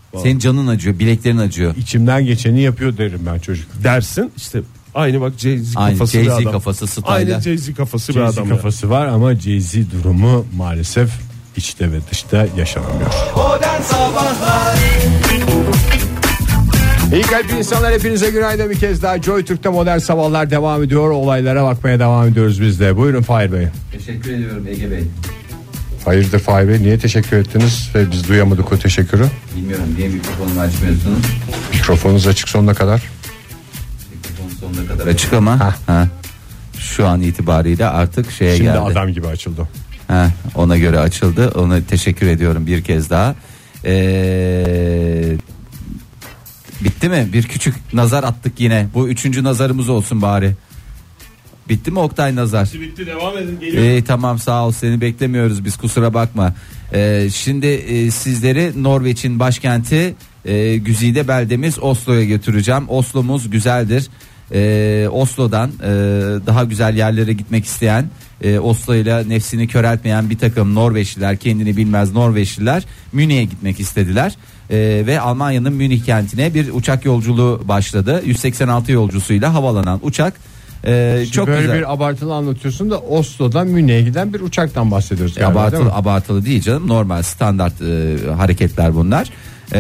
Senin canın acıyor, bileklerin acıyor. İçimden geçeni yapıyor derim ben çocuk. Dersin işte aynı bak Jay-Z Aynı kafası bir Jay-Z adam. kafası style'da. Aynı Jay-Z kafası bir Jay-Z adam. ya. kafası var ama Jay-Z durumu maalesef içte ve dışta yaşanamıyor. Modern Sabahlar. İyi kalp insanlar, hepinize günaydın bir kez daha. Joy Türk'te modern sabahlar devam ediyor. Olaylara bakmaya devam ediyoruz biz de. Buyurun Fahir Bey. Teşekkür ediyorum Ege Bey. Hayırdır Fahir Bey, niye teşekkür ettiniz ve biz duyamadık o teşekkürü? Bilmiyorum niye mikrofonumu açmıyorsunuz. Mikrofonunuz açık sonuna kadar. Mikrofon sonuna kadar açık ama ha. Ha. Şu an itibariyle artık şeye Şimdi geldi. adam gibi açıldı. Ha, ona göre açıldı. Ona teşekkür ediyorum bir kez daha. Ee, bitti mi? Bir küçük nazar attık yine. Bu üçüncü nazarımız olsun bari. Bitti mi Oktay nazar? Bitti, devam edin, geliyor. Ee, tamam sağ ol, seni beklemiyoruz biz, kusura bakma. Ee, şimdi e, sizleri Norveç'in başkenti e, güzide beldemiz Oslo'ya götüreceğim. Oslo'muz güzeldir. Ee, Oslo'dan e, daha güzel yerlere gitmek isteyen, e, Oslo ile nefsini köreltmeyen bir takım Norveçliler, kendini bilmez Norveçliler Münih'e gitmek istediler. Ee, ve Almanya'nın Münih kentine bir uçak yolculuğu başladı. yüz seksen altı yolcusuyla havalanan uçak. Ee, çok böyle güzel. bir abartılı anlatıyorsun da Oslo'dan Münih'e giden bir uçaktan bahsediyoruz galiba, Abartılı değil mi? abartılı değil canım, normal standart e, hareketler bunlar.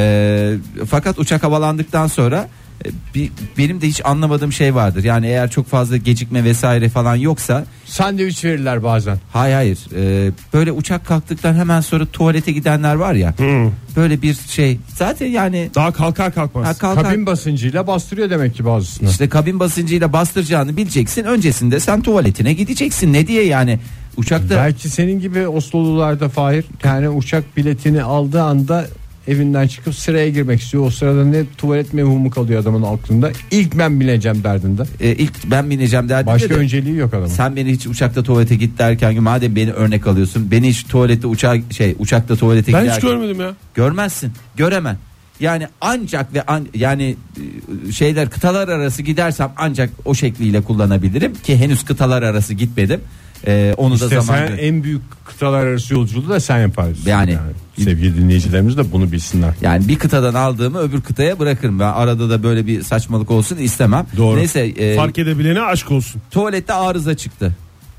E, fakat uçak havalandıktan sonra e, bir, benim de hiç anlamadığım şey vardır. Yani eğer çok fazla gecikme vesaire falan yoksa, Sandviç verirler bazen. hayır hayır e, böyle uçak kalktıktan hemen sonra tuvalete gidenler var ya, Hmm. böyle bir şey zaten yani Daha kalkar kalkmaz. ha, kalkar, Kabin basıncıyla bastırıyor demek ki bazısını. işte kabin basıncıyla bastıracağını bileceksin, öncesinde sen tuvaletine gideceksin, ne diye yani uçakta. Belki senin gibi Oslolularda Fahir, yani uçak biletini aldığı anda evinden çıkıp sıraya girmek istiyor. O sırada ne tuvalet mevhumu kalıyor adamın aklında. İlk ben bineceğim derdinde. e, ilk ben bineceğim derdinde Başka de, önceliği yok adamın. sen beni hiç uçakta tuvalete git derken, madem beni örnek alıyorsun, beni hiç tuvalette uçak şey uçakta tuvalete Ben giderken hiç görmedim ya. görmezsin, göremen. Yani ancak ve an, yani e, şeyler kıtalar arası gidersem ancak o şekliyle kullanabilirim ki henüz kıtalar arası gitmedim. E, onu İşte da zaman sen en büyük kıtalar arası yolculuğu da sen yaparsın. Yani. Sevgili dinleyicilerimiz de bunu bilsinler. yani bir kıtadan aldığımı öbür kıtaya bırakırım. Ben arada da böyle bir saçmalık olsun istemem. Doğru. Neyse e, Fark edebilene aşk olsun. tuvalette arıza çıktı.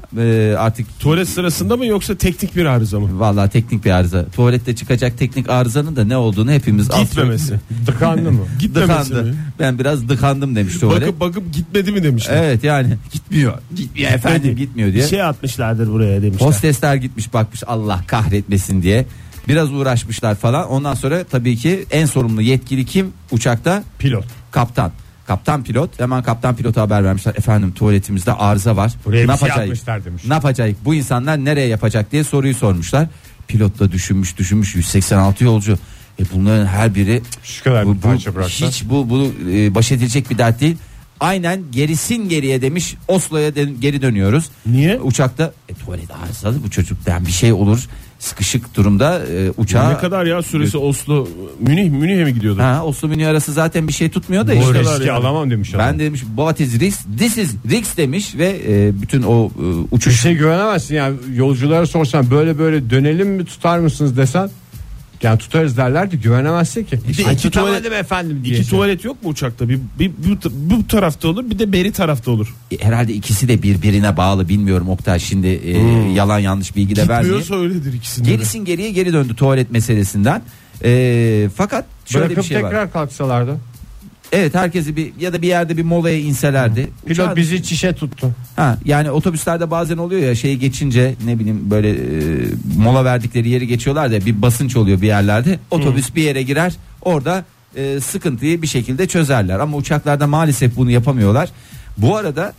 E, artık Tuvalet sırasında mı yoksa teknik bir arıza mı? vallahi teknik bir arıza. Tuvalette çıkacak teknik arızanın da ne olduğunu hepimiz az Gitmemesi. Dıkanlı mı? Gitmemesi dıkandı. mi? Ben biraz dıkandım demiş tuvalet. Bakıp bakıp gitmedi mi demişler. Evet yani gitmiyor. Gitmiyor efendim, gitmiyor diye. Bir şey atmışlardır buraya demişler. Hostesler gitmiş bakmış, Allah kahretmesin diye. Biraz uğraşmışlar falan. Ondan sonra tabii ki en sorumlu yetkili kim uçakta? Pilot. Kaptan. Kaptan pilot, hemen kaptan pilota haber vermişler. Efendim tuvaletimizde arıza var. Buraya ne bir şey yapacağız? atmışlar demiş. Ne yapacağız? Bu insanlar nereye yapacak diye soruyu sormuşlar. Pilot da düşünmüş düşünmüş yüz seksen altı yolcu. E bunların her biri Şu kadar bu, bir parça bu, bıraksa. hiç bu bu e, baş edilecek bir dert değil. Aynen gerisin geriye demiş, Oslo'ya de, geri dönüyoruz. Niye? Uçakta e, tuvalet arızalı bu çocuktan bir şey olur. Sıkışık durumda e, uçağa. Ne kadar ya süresi Oslo Münih Münih'e mi gidiyordu? Ha, Oslo Münih arası zaten bir şey tutmuyor da Bu işte. riski yani. alamam demiş adam. Ben demiş what is risk? This is risk demiş ve e, bütün o e, Bir uçuş şey güvenemezsin yani, yolculara sorsan böyle böyle dönelim mi tutar mısınız desen, yani tutarız derler de güvenemezsin ki. Bir de Ay, iki tutamadım tuvalet- efendim diye. İki tuvalet yok mu uçakta? Bir, bir, bir bu tarafta olur, bir de beri tarafta olur. E, herhalde ikisi de birbirine bağlı, bilmiyorum Oktay, şimdi e, yalan yanlış bilgi de vermeyeyim. Gitmiyorsa öyledir ikisinde de. Gerisin geriye geri döndü tuvalet meselesinden. E, fakat şöyle Bırakıp bir şey tekrar var. kalksalardı. Evet, herkesi bir ya da bir yerde bir molaya inselerdi. Pilot Uçağın- bizi çişe tuttu. Ha, yani otobüslerde bazen oluyor ya, şey geçince ne bileyim böyle e, mola verdikleri yeri geçiyorlar da bir basınç oluyor bir yerlerde. Otobüs bir yere girer, orada e, sıkıntıyı bir şekilde çözerler. Ama uçaklarda maalesef bunu yapamıyorlar. Bu arada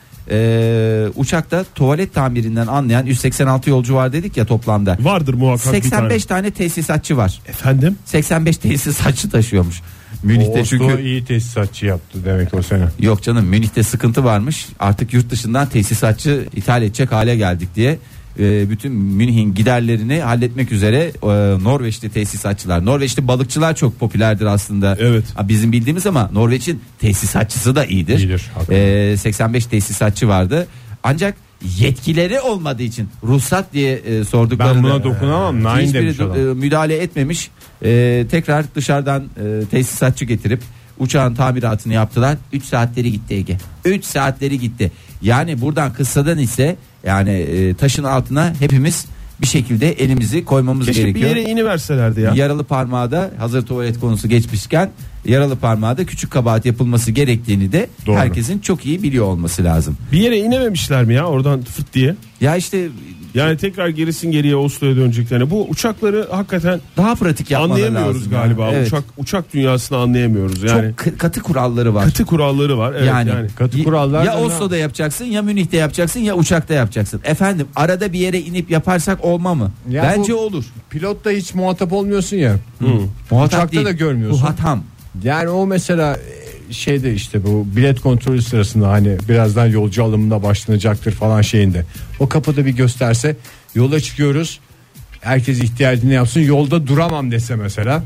e, uçakta tuvalet tamirinden anlayan yüz seksen altı yolcu var dedik ya toplamda. Vardır muhakkak seksen beş bir tane. tane tesisatçı var. Efendim? seksen beş tesisatçı taşıyormuş. Münih'te O çünkü Oslo iyi tesisatçı yaptı demek o sene. yok canım, Münih'te sıkıntı varmış. Artık yurt dışından tesisatçı ithal edecek hale geldik diye e, bütün Münih'in giderlerini halletmek üzere e, Norveçli tesisatçılar, Norveçli balıkçılar çok popülerdir aslında. Evet. Ha, bizim bildiğimiz ama Norveç'in tesisatçısı da iyidir. İyidir, hakikaten. E, seksen beş tesisatçı vardı. Ancak yetkileri olmadığı için ruhsat diye e, sorduklarında Ben buna dokunamam. Nine hiçbiri demiş adam. e, müdahale etmemiş. Ee, tekrar dışarıdan e, tesisatçı getirip uçağın tamiratını yaptılar. üç saatleri gitti Ege. üç saatleri gitti. Yani buradan kıssadan ise yani e, taşın altına hepimiz bir şekilde elimizi koymamız Keşke gerekiyor. bir yere iniverselerdi ya. Yaralı parmağı da hazır tuvalet konusu geçmişken yaralı parmağı da küçük kabahat yapılması gerektiğini de Doğru. herkesin çok iyi biliyor olması lazım. Bir yere inememişler mi ya oradan fıt diye? Ya işte Yani tekrar gerisin geriye Oslo'ya döneceklerine. Bu uçakları hakikaten daha pratik yapmaları anlayamıyoruz lazım galiba. ya. Evet. Uçak uçak dünyasını anlayamıyoruz. Yani Çok k- katı kuralları var. katı kuralları var. Evet, yani, yani. Katı y- kurallar ya da- Oslo'da yapacaksın ya Münih'te yapacaksın ya uçakta yapacaksın. Efendim arada bir yere inip yaparsak olma mı? Ya Bence bu- olur. Pilotla hiç muhatap olmuyorsun ya. Muhatap Uçakta değil, da görmüyorsun. Bu hatam. Yani o mesela e, şeyde işte bu bilet kontrolü sırasında hani birazdan yolcu alımına başlanacaktır falan şeyinde. O kapıda bir gösterse yola çıkıyoruz. Herkes ihtiyacını yapsın. Yolda duramam dese mesela.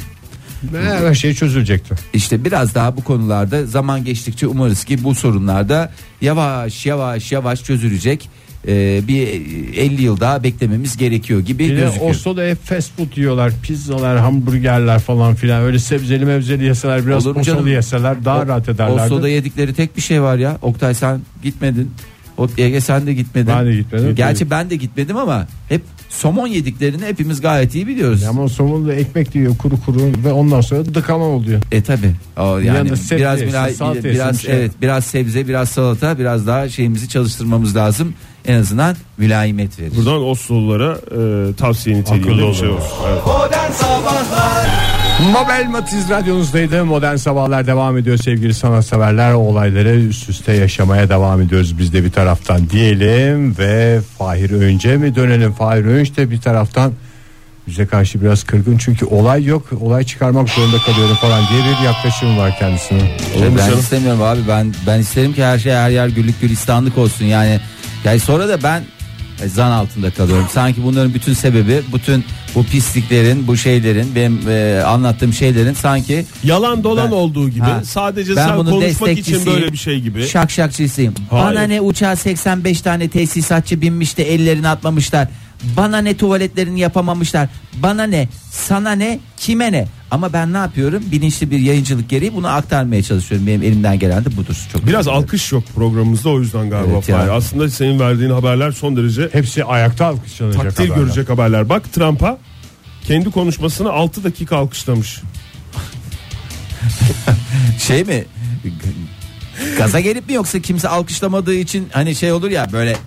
Her şey çözülecekti. İşte biraz daha bu konularda zaman geçtikçe umarız ki bu sorunlar da yavaş yavaş yavaş çözülecek. Ee, bir elli yıl daha beklememiz gerekiyor gibi Bir de gözüküyor. Oslo'da hep fast food yiyorlar. Pizzalar, hamburgerler falan filan. Öyle sebzeli mevzeli yeseler biraz Olur mu canım? poşalı yeseler daha O- rahat ederlerdi. Oslo'da yedikleri tek bir şey var ya. Oktay sen gitmedin. O Ege sen de gitmedin. Ben de gitmedim. Gerçi ben de gitmedim ama hep somon yediklerini hepimiz gayet iyi biliyoruz. Ama somonla ekmek diyor kuru kuru ve ondan sonra dıkama oluyor. E tabi. O yani Yanında sebze biraz yesin, mila- salata yesin, biraz bir şey. evet biraz sebze, biraz salata, biraz daha şeyimizi çalıştırmamız lazım. En azından mülayimet verir. Buradan Oslo'lulara e, tavsiye niteliğinde Akıllı bir şey olun. olsun. Evet. Modern Sabahlar Mobile Matiz radyonuzdaydı. Modern Sabahlar devam ediyor sevgili sanatseverler. Olayları üst üste yaşamaya devam ediyoruz biz de bir taraftan diyelim ve Fahir Öğünç'e mi dönelim? Fahir Öğünç de bir taraftan bize karşı biraz kırgın çünkü olay yok. Olay çıkarmak zorunda kalıyorum falan diye bir yaklaşım var kendisine. Evet, ben canım? istemiyorum abi. Ben ben isterim ki her şey her yer güllük gülistanlık olsun. Yani yani sonra da ben e, zan altında kalıyorum. Sanki bunların bütün sebebi, bütün bu pisliklerin, bu şeylerin, benim e, anlattığım şeylerin sanki Yalan dolan Ben- olduğu gibi Ha. sadece Ben sen bunun konuşmak için destekçisiyim. böyle bir şey gibi. şakşakçısıyım. Hayır. Bana ne uçağa seksen beş tane tesisatçı binmiş de ellerini atmamışlar. Bana ne tuvaletlerini yapamamışlar. Bana ne, sana ne, kime ne? Ama ben ne yapıyorum? Bilinçli bir yayıncılık gereği bunu aktarmaya çalışıyorum. Benim elimden gelen de budur. Çok Biraz alkış yok programımızda o yüzden galiba. Evet ya. Fahir. Aslında senin verdiğin haberler son derece Hepsi ayakta alkışlanacak takdir haberler. görecek haberler. Bak Trump'a kendi konuşmasını altı dakika alkışlamış. şey mi? Gaza gelip mi yoksa kimse alkışlamadığı için hani şey olur ya böyle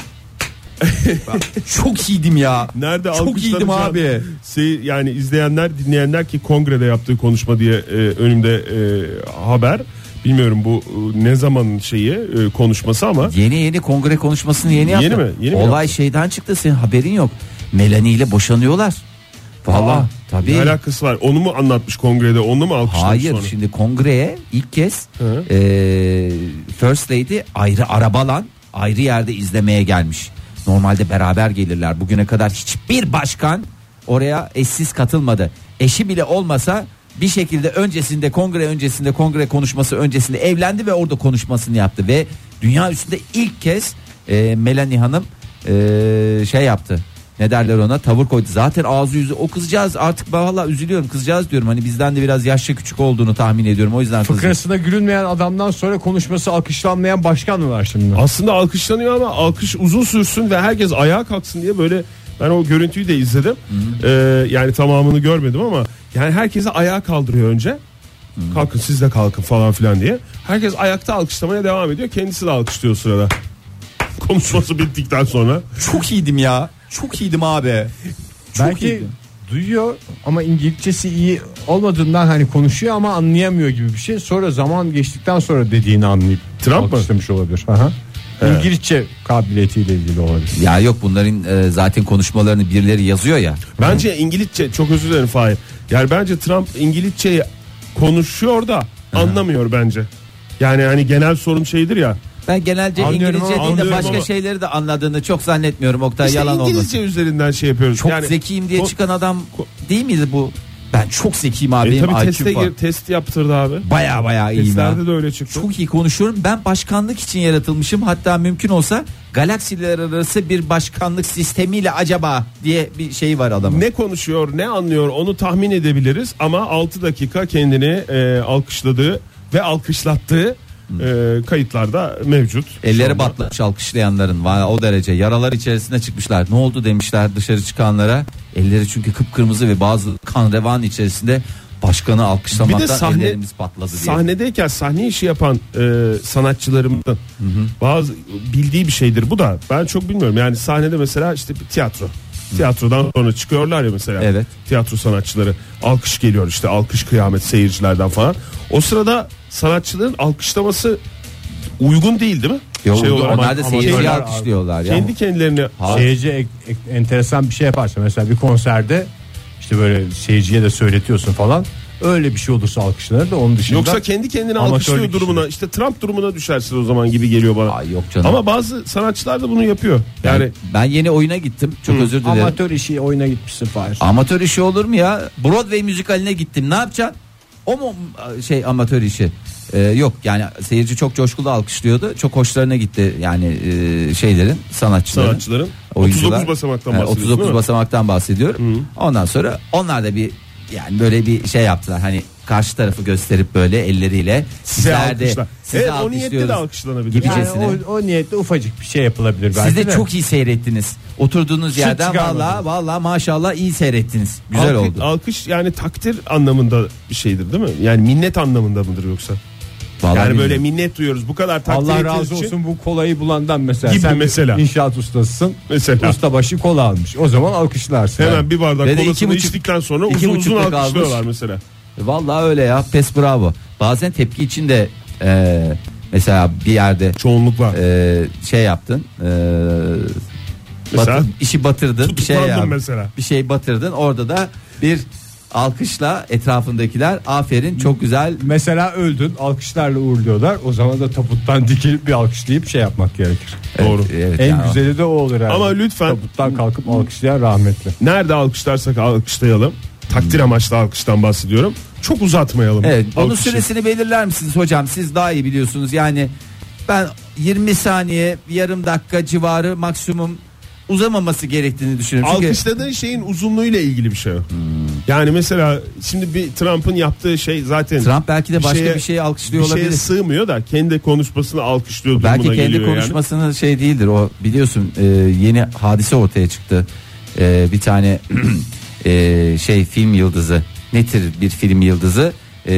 çok iyiydim ya. Nerede Çok iyiydim alkışlanacağını- abi. Şey, yani izleyenler dinleyenler ki kongrede yaptığı konuşma diye e, önümde e, haber. Bilmiyorum bu e, ne zaman şeyi e, konuşması ama Yeni yeni kongre konuşmasını yeni yaptı. Yeni mi? Yeni mi Olay yaptı? şeyden çıktı, senin haberin yok. Melanie ile boşanıyorlar. Valla Aa, tabii. ne alakası var? Onu mu anlatmış kongrede? Onu mu alkışlamış Hayır sonra? şimdi kongreye ilk kez Hı. e, First Lady ayrı arabalan ayrı yerde izlemeye gelmiş. Normalde beraber gelirler. Bugüne kadar hiçbir başkan oraya eşsiz katılmadı. Eşi bile olmasa bir şekilde öncesinde kongre öncesinde kongre konuşması öncesinde evlendi ve orada konuşmasını yaptı ve dünya üstünde ilk kez e, Melanie Hanım e, şey yaptı. Ne derler ona, tavır koydu. Zaten ağzı yüzü o kızcağız artık valla üzülüyorum, kızcağız diyorum. Hani bizden de biraz yaşça küçük olduğunu tahmin ediyorum. O yüzden kızcağız. Fıkrasına gülünmeyen adamdan sonra konuşması alkışlanmayan başkan mı var şimdi? Aslında alkışlanıyor ama alkış uzun sürsün ve herkes ayağa kalksın diye böyle ben o görüntüyü de izledim. Ee, yani tamamını görmedim ama yani herkese ayağa kaldırıyor önce. Kalkın siz de kalkın falan filan diye. Herkes ayakta alkışlamaya devam ediyor. Kendisi de alkışlıyor sırada. Konuşması bittikten sonra. Çok iyiydim ya. Çok iyiydim abi. Çok Belki iyiydim. duyuyor ama İngilizcesi iyi olmadığından hani konuşuyor ama anlayamıyor gibi bir şey. Sonra zaman geçtikten sonra dediğini anlayıp Trump mı? alkışlamış olabilir. Aha. İngilizce kabiliyetiyle ilgili olabilir. Ya yok, bunların e, zaten konuşmalarını birileri yazıyor ya. Bence İngilizce çok özür dilerim Fahir. Yani bence Trump İngilizceyi konuşuyor da anlamıyor bence. Yani hani genel sorun şeydir ya. Ben genelce Anlıyorum İngilizce ama- değil de anlıyorum başka ama- şeyleri de anladığını çok zannetmiyorum Oktay, İşte yalan İngilizce olmasın. üzerinden şey yapıyoruz. Çok yani, zekiyim diye ko- çıkan adam ko- değil miydi bu? Ben çok zekiyim abi. E benim tabii I Q'm teste var. gir, test yaptırdı abi. Baya baya iyiyim Testlerde ha. de öyle çıktı. Çok iyi konuşuyorum. Ben başkanlık için yaratılmışım. Hatta mümkün olsa galaksiler arası bir başkanlık sistemiyle acaba diye bir şey var adamın. Ne konuşuyor, ne anlıyor onu tahmin edebiliriz ama altı dakika kendini e, alkışladığı ve alkışlattığı e, kayıtlarda mevcut. Elleri batlamış alkışlayanların, var o derece yaralar içerisine çıkmışlar. Ne oldu demişler dışarı çıkanlara. Elleri çünkü kıpkırmızı ve bazı kan revan içerisinde başkanı alkışlamaktan Bir de sahne, ellerimiz patladı diye. Sahnedeyken sahne işi yapan e, sanatçılarımızın bazı bildiği bir şeydir bu da. Ben çok bilmiyorum. Yani sahnede mesela işte bir tiyatro. Tiyatrodan sonra çıkıyorlar ya mesela. Evet. Tiyatro sanatçıları alkış geliyor işte alkış kıyamet seyircilerden falan. O sırada sanatçıların alkışlaması uygun değil değil mi? Yo, Şey olarak- onlar da ama seyirciyi şeyler- alkışlıyorlar ya. Kendi kendilerine Seyirci ek- ek- enteresan bir şey yaparsa mesela bir konserde işte böyle seyirciye de söyletiyorsun falan. Öyle bir şey olursa alkışlanır da onun dışında. yoksa kendi kendine amatörlük alkışlıyor işi. durumuna işte Trump durumuna düşersin o zaman gibi geliyor bana. Ay yok canım. Ama bazı sanatçılar da bunu yapıyor. Yani Yani ben yeni oyuna gittim. Çok özür dilerim. amatör işi oyuna gitmişsin Fahir. Amatör işi olur mu ya? Broadway müzikaline gittim. Ne yapacaksın? O mu şey amatör işi? Ee, yok yani seyirci çok coşkulu alkışlıyordu. Çok hoşlarına gitti yani e, şeylerin, sanatçıların. sanatçıların Oyuncular. otuz dokuz basamaktan Evet, bahsediyorsun otuz dokuz değil mi? basamaktan bahsediyorum. Ondan sonra onlar da bir yani böyle bir şey yaptılar. Hani karşı tarafı gösterip böyle elleriyle Size sizler de alkışlar. sizi Evet, o niyette de alkışlıyoruz alkışlanabilir. gibi. Yani Gibicesine. o, o niyetle ufacık bir şey yapılabilir belki Siz de de. çok iyi seyrettiniz. Oturduğunuz yerden çıkarmadınız. valla valla maşallah iyi seyrettiniz. Güzel Alkış- oldu. Alkış yani takdir anlamında bir şeydir değil mi? Yani minnet anlamında mıdır yoksa? Vallahi yani böyle bilmiyorum. minnet duyuyoruz. Bu kadar takdir Allah ettiğiniz razı için olsun bu kolayı bulandan mesela. Gibi Sen bir mesela. inşaat ustasısın. Mesela. Ustabaşı kola almış. O zaman alkışlarsın. hemen bir bardak Ve de iki kolasını buçuk- içtikten sonra iki uzun uzun buçukta kalmış. alkışlıyorlar mesela. Vallahi öyle ya. Pes bravo. Bazen tepki için de e, mesela bir yerde Çoğunluk var. e, şey yaptın. E, Mesela? batır- işi batırdın. Bir şey Tutuklandın yaptın. mesela. Bir şey batırdın. Orada da bir alkışla etrafındakiler aferin çok güzel. Mesela öldün, alkışlarla uğurluyorlar. O zaman da tabuttan dikilip bir alkışlayıp şey yapmak gerekir. Doğru. Evet, evet En yani. güzeli de o olur herhalde. Ama lütfen- tabuttan kalkıp alkışlayan rahmetli. Nerede alkışlarsak alkışlayalım. Takdir amaçlı alkıştan bahsediyorum. Çok uzatmayalım. Evet, onun alkışı. süresini belirler misiniz hocam? Siz daha iyi biliyorsunuz. Yani ben yirmi saniye, yarım dakika civarı maksimum uzamaması gerektiğini düşünüyorum. Çünkü Alkışladığın şeyin uzunluğuyla ilgili bir şey o. Yani mesela şimdi bir Trump'ın yaptığı şey zaten Trump belki de bir başka şeye- bir şey alkışlıyor bir şeye olabilir. sığmıyor da kendi konuşmasını alkışlıyor Belki durumuna kendi geliyor yani. konuşmasının şey değildir. O biliyorsun e, yeni hadise ortaya çıktı. E, bir tane e, şey film yıldızı. Ne tür bir film yıldızı?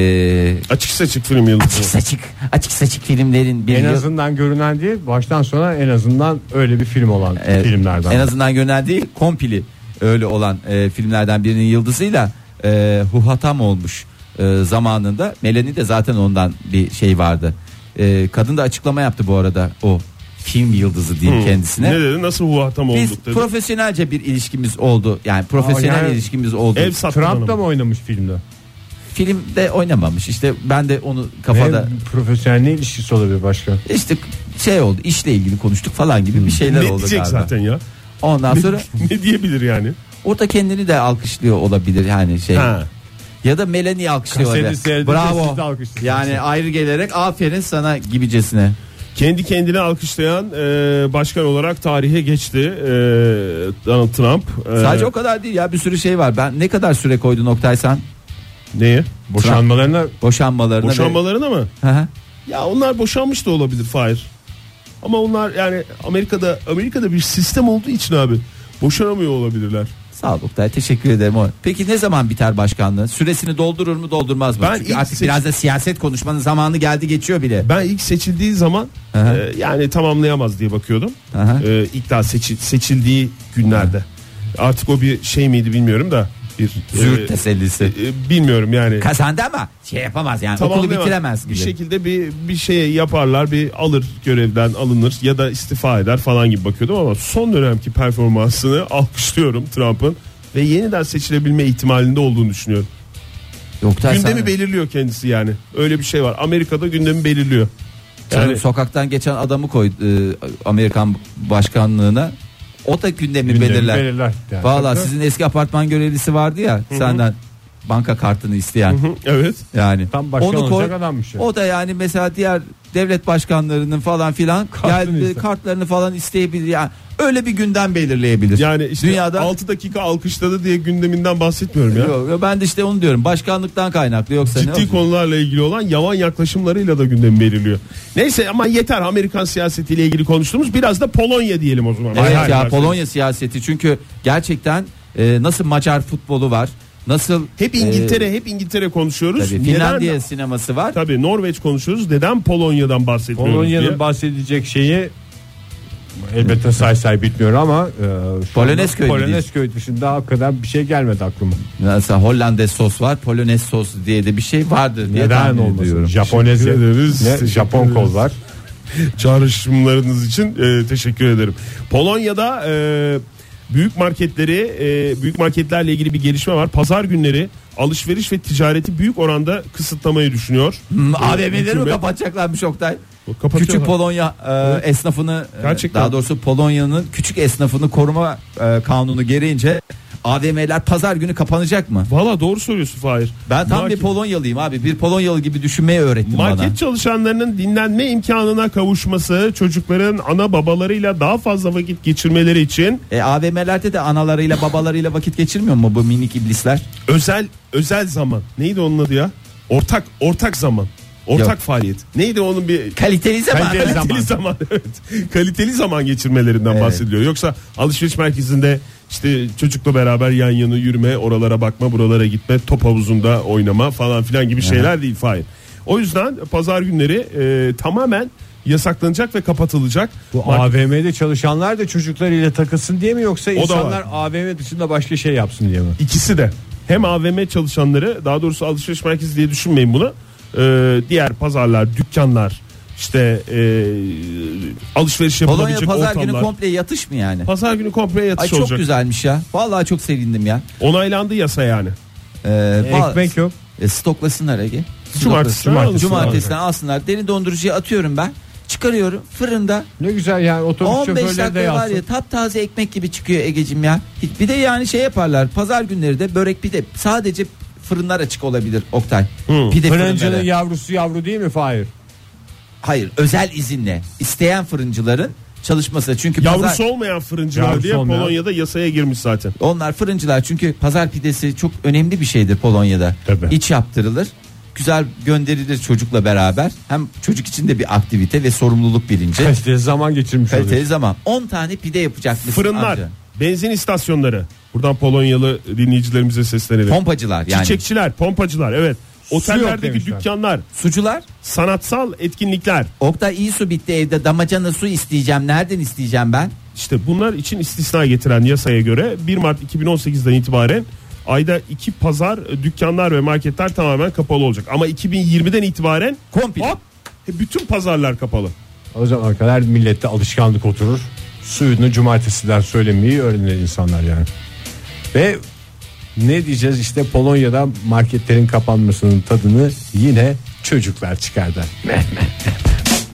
E, Açık saçık film yıldızı. açık saçık açık saçık filmlerin bir En yıl- azından görünen değil, baştan sona en azından öyle bir film olan Evet, filmlerden. En azından görünen değil, kompili öyle olan e, filmlerden birinin yıldızıyla e, huhatam olmuş e, zamanında. Melanie de zaten ondan bir şey vardı. E, kadın da açıklama yaptı bu arada, o film yıldızı diyeyim Hmm. kendisine. Ne dedi? Nasıl huhatam Biz olduk dedi. profesyonelce bir ilişkimiz oldu. Yani profesyonel Aa, yani ilişkimiz oldu. Ev sattı Trump da bana. mı oynamış filmde? Filmde oynamamış. İşte ben de onu kafada Ne profesyonel ne ilişkisi olabilir başka? işte şey oldu. İşle ilgili konuştuk falan gibi bir şeyler Ne oldu diyecek galiba. zaten ya? Ondan sonra Ne diyebilir yani? orada kendini de alkışlıyor olabilir yani şey. Ha. Ya da Melanie alkışlıyor Kaseti olabilir. seyredince siz de Bravo. alkışlıyorsunuz. Yani ayrı gelerek aferin sana gibicesine. Kendi kendine alkışlayan e, başkan olarak tarihe geçti e, Donald Trump. E, Sadece o kadar değil ya, bir sürü şey var. Ben ne kadar süre koydun Oktay sen Neye? Boşanmalarına boşanmalarına? Boşanmalarına mı? Ve... Hı hı. Ya onlar boşanmış da olabilir Fahir. Ama onlar yani Amerika'da Amerika'da bir sistem olduğu için abi boşanamıyor olabilirler. Sağ ol Oktay, teşekkür ederim. Peki ne zaman biter başkanlığı? Süresini doldurur mu doldurmaz mı? Ben Çünkü ilk artık seç- biraz da siyaset konuşmanın zamanı geldi geçiyor bile. Ben ilk seçildiği zaman Aha. e, yani tamamlayamaz diye bakıyordum. Aha. E, ilk daha seçil, seçildiği günlerde. Artık o bir şey miydi bilmiyorum da bir Züğürt e, tesellisi. e, bilmiyorum yani. Kazandı ama şey yapamaz yani, okulu Tamamlayamaz. bitiremez gibi. Bir şekilde bir bir şey yaparlar, bir alır görevden alınır ya da istifa eder falan gibi bakıyordum ama son dönemki performansını alkışlıyorum Trump'ın ve yeniden seçilebilme ihtimalinde olduğunu düşünüyorum. Oktay, Gündemi sen- belirliyor kendisi yani. Öyle bir şey var. Amerika'da gündemi belirliyor. Canım, Yani sokaktan geçen adamı koy e, Amerikan başkanlığına. O da gündemi, gündemi belirler. belirler. Yani. Valla Tabii. sizin eski apartman görevlisi vardı ya senden. banka kartını isteyen. Evet. Yani Tam başkan onu olacak adammış ya. O da yani mesela diğer devlet başkanlarının falan filan Kartını geldi, iste. kartlarını falan isteyebilir. Yani öyle bir gündem belirleyebilir. Yani işte dünyada altı dakika alkışladı diye gündeminden bahsetmiyorum ya. Yok, ben de işte onu diyorum. Başkanlıktan kaynaklı yoksa ne Ciddi olacak? konularla ilgili olan yavan yaklaşımlarıyla da gündemi belirliyor. Neyse ama yeter Amerikan siyasetiyle ilgili konuştuğumuz, biraz da Polonya diyelim o zaman. Evet Hay ya hay derseniz. Polonya siyaseti çünkü gerçekten e, nasıl Macar futbolu var. Nasıl Hep İngiltere, hep İngiltere konuşuyoruz. tabii, Neden? Finlandiya sineması var. Tabii Norveç konuşuyoruz. Neden Polonya'dan bahsetmiyoruz Polonya'nın diye. bahsedecek şeyi elbette say say bitmiyor ama e, şu Polonezköy anda mi Polonezköy dışında hakikaten bir şey gelmedi aklıma. Mesela Hollandaise sos var, Polonez sos diye de bir şey vardır diye Neden tahmin olmasın? ediyorum. Japoneze, Teşekkür ederiz. ne? Teşekkür Japon ederiz. kol var. Çağrışımlarınız için e, teşekkür ederim. Polonya'da e, büyük marketleri, e, büyük marketlerle ilgili bir gelişme var. Pazar günleri alışveriş ve ticareti büyük oranda kısıtlamayı düşünüyor. Hmm, E, A V M'leri mi hükümet. kapatacaklarmış Oktay? Kapatıyorlar. Küçük Polonya e, esnafını e, Gerçekten. daha doğrusu Polonya'nın küçük esnafını koruma e, kanunu gereğince A V M'ler pazar günü kapanacak mı? Valla doğru söylüyorsun Fahir. Ben tam Market- bir Polonyalıyım abi. Bir Polonyalı gibi düşünmeyi öğrettin Market bana. çalışanlarının dinlenme imkanına kavuşması, çocukların ana babalarıyla daha fazla vakit geçirmeleri için E, A V M'lerde de analarıyla babalarıyla vakit geçirmiyor mu bu minik iblisler? özel özel zaman. Neydi onun adı ya? Ortak ortak zaman. Ortak Yok. faaliyet. Neydi onun bir Kaliteli zaman. Kaliteli kaliteli zaman. Evet. Kaliteli zaman geçirmelerinden Evet. bahsediliyor. Yoksa alışveriş merkezinde işte çocukla beraber yan yana yürüme, oralara bakma, buralara gitme, top havuzunda oynama falan filan gibi şeyler değil Fahir. O yüzden pazar günleri e, tamamen yasaklanacak ve kapatılacak. Bu Market- A V M'de çalışanlar da çocuklarıyla takılsın diye mi, yoksa da insanlar var. A V M dışında başka şey yapsın diye mi? İkisi de. Hem A V M çalışanları, daha doğrusu alışveriş merkezi diye düşünmeyin bunu. Ee, diğer pazarlar, dükkanlar, işte e, alışveriş Polonya yapılabilecek pazar ortamlar. günü komple yatış mı yani? Pazar günü komple yatış Ay çok olacak. güzelmiş ya. Vallahi çok sevindim ya. Onaylandı yasa yani. Ee, ba- Ekmek yok. E, stoklasınlar Ege. Cumartesi, Stoklasınlar. cumartesi. Cumartesiden alsınlar. Derin dondurucuya atıyorum ben. Çıkarıyorum fırında. Ne güzel yani, otobüs on beş şoförleri de dakika var yapsın. ya, taptaze ekmek gibi çıkıyor Egecim ya. Bir de yani şey yaparlar. Pazar günleri de börek pide. Sadece fırınlar açık olabilir Oktay. Hı. Pide Fırıncının fırınları. yavrusu yavru değil mi Fahir? Hayır, özel izinle isteyen fırıncıların çalışması. Çünkü Yavrusu pazar, olmayan fırıncılar Yavrusu diye olmayan. Polonya'da yasaya girmiş zaten. onlar fırıncılar çünkü pazar pidesi çok önemli bir şeydir Polonya'da. Tabii. İç yaptırılır. Güzel gönderilir çocukla beraber. Hem çocuk için de bir aktivite ve sorumluluk bilinci. Kaliteli zaman geçirmiş Kaliteli oluyor. zaman. on tane pide yapacak mısın Fırınlar, amca? benzin istasyonları. Buradan Polonyalı dinleyicilerimize seslenelim. Pompacılar yani. Çiçekçiler, pompacılar, evet. Otellerdeki demişler. dükkanlar, Sucular. sanatsal etkinlikler. Oktay iyi su bitti evde, damacana su isteyeceğim. Nereden isteyeceğim ben? İşte bunlar için istisna getiren yasaya göre bir Mart iki bin on sekizden itibaren ayda iki pazar, dükkanlar ve marketler tamamen kapalı olacak. Ama iki bin yirmiden itibaren Komple. hop, bütün pazarlar kapalı. O zaman kadar millette alışkanlık oturur. Suyunu cumartesiden söylemeyi öğrenir insanlar yani. Ve ne diyeceğiz, işte Polonya'da marketlerin kapanmasının tadını yine çocuklar çıkardı.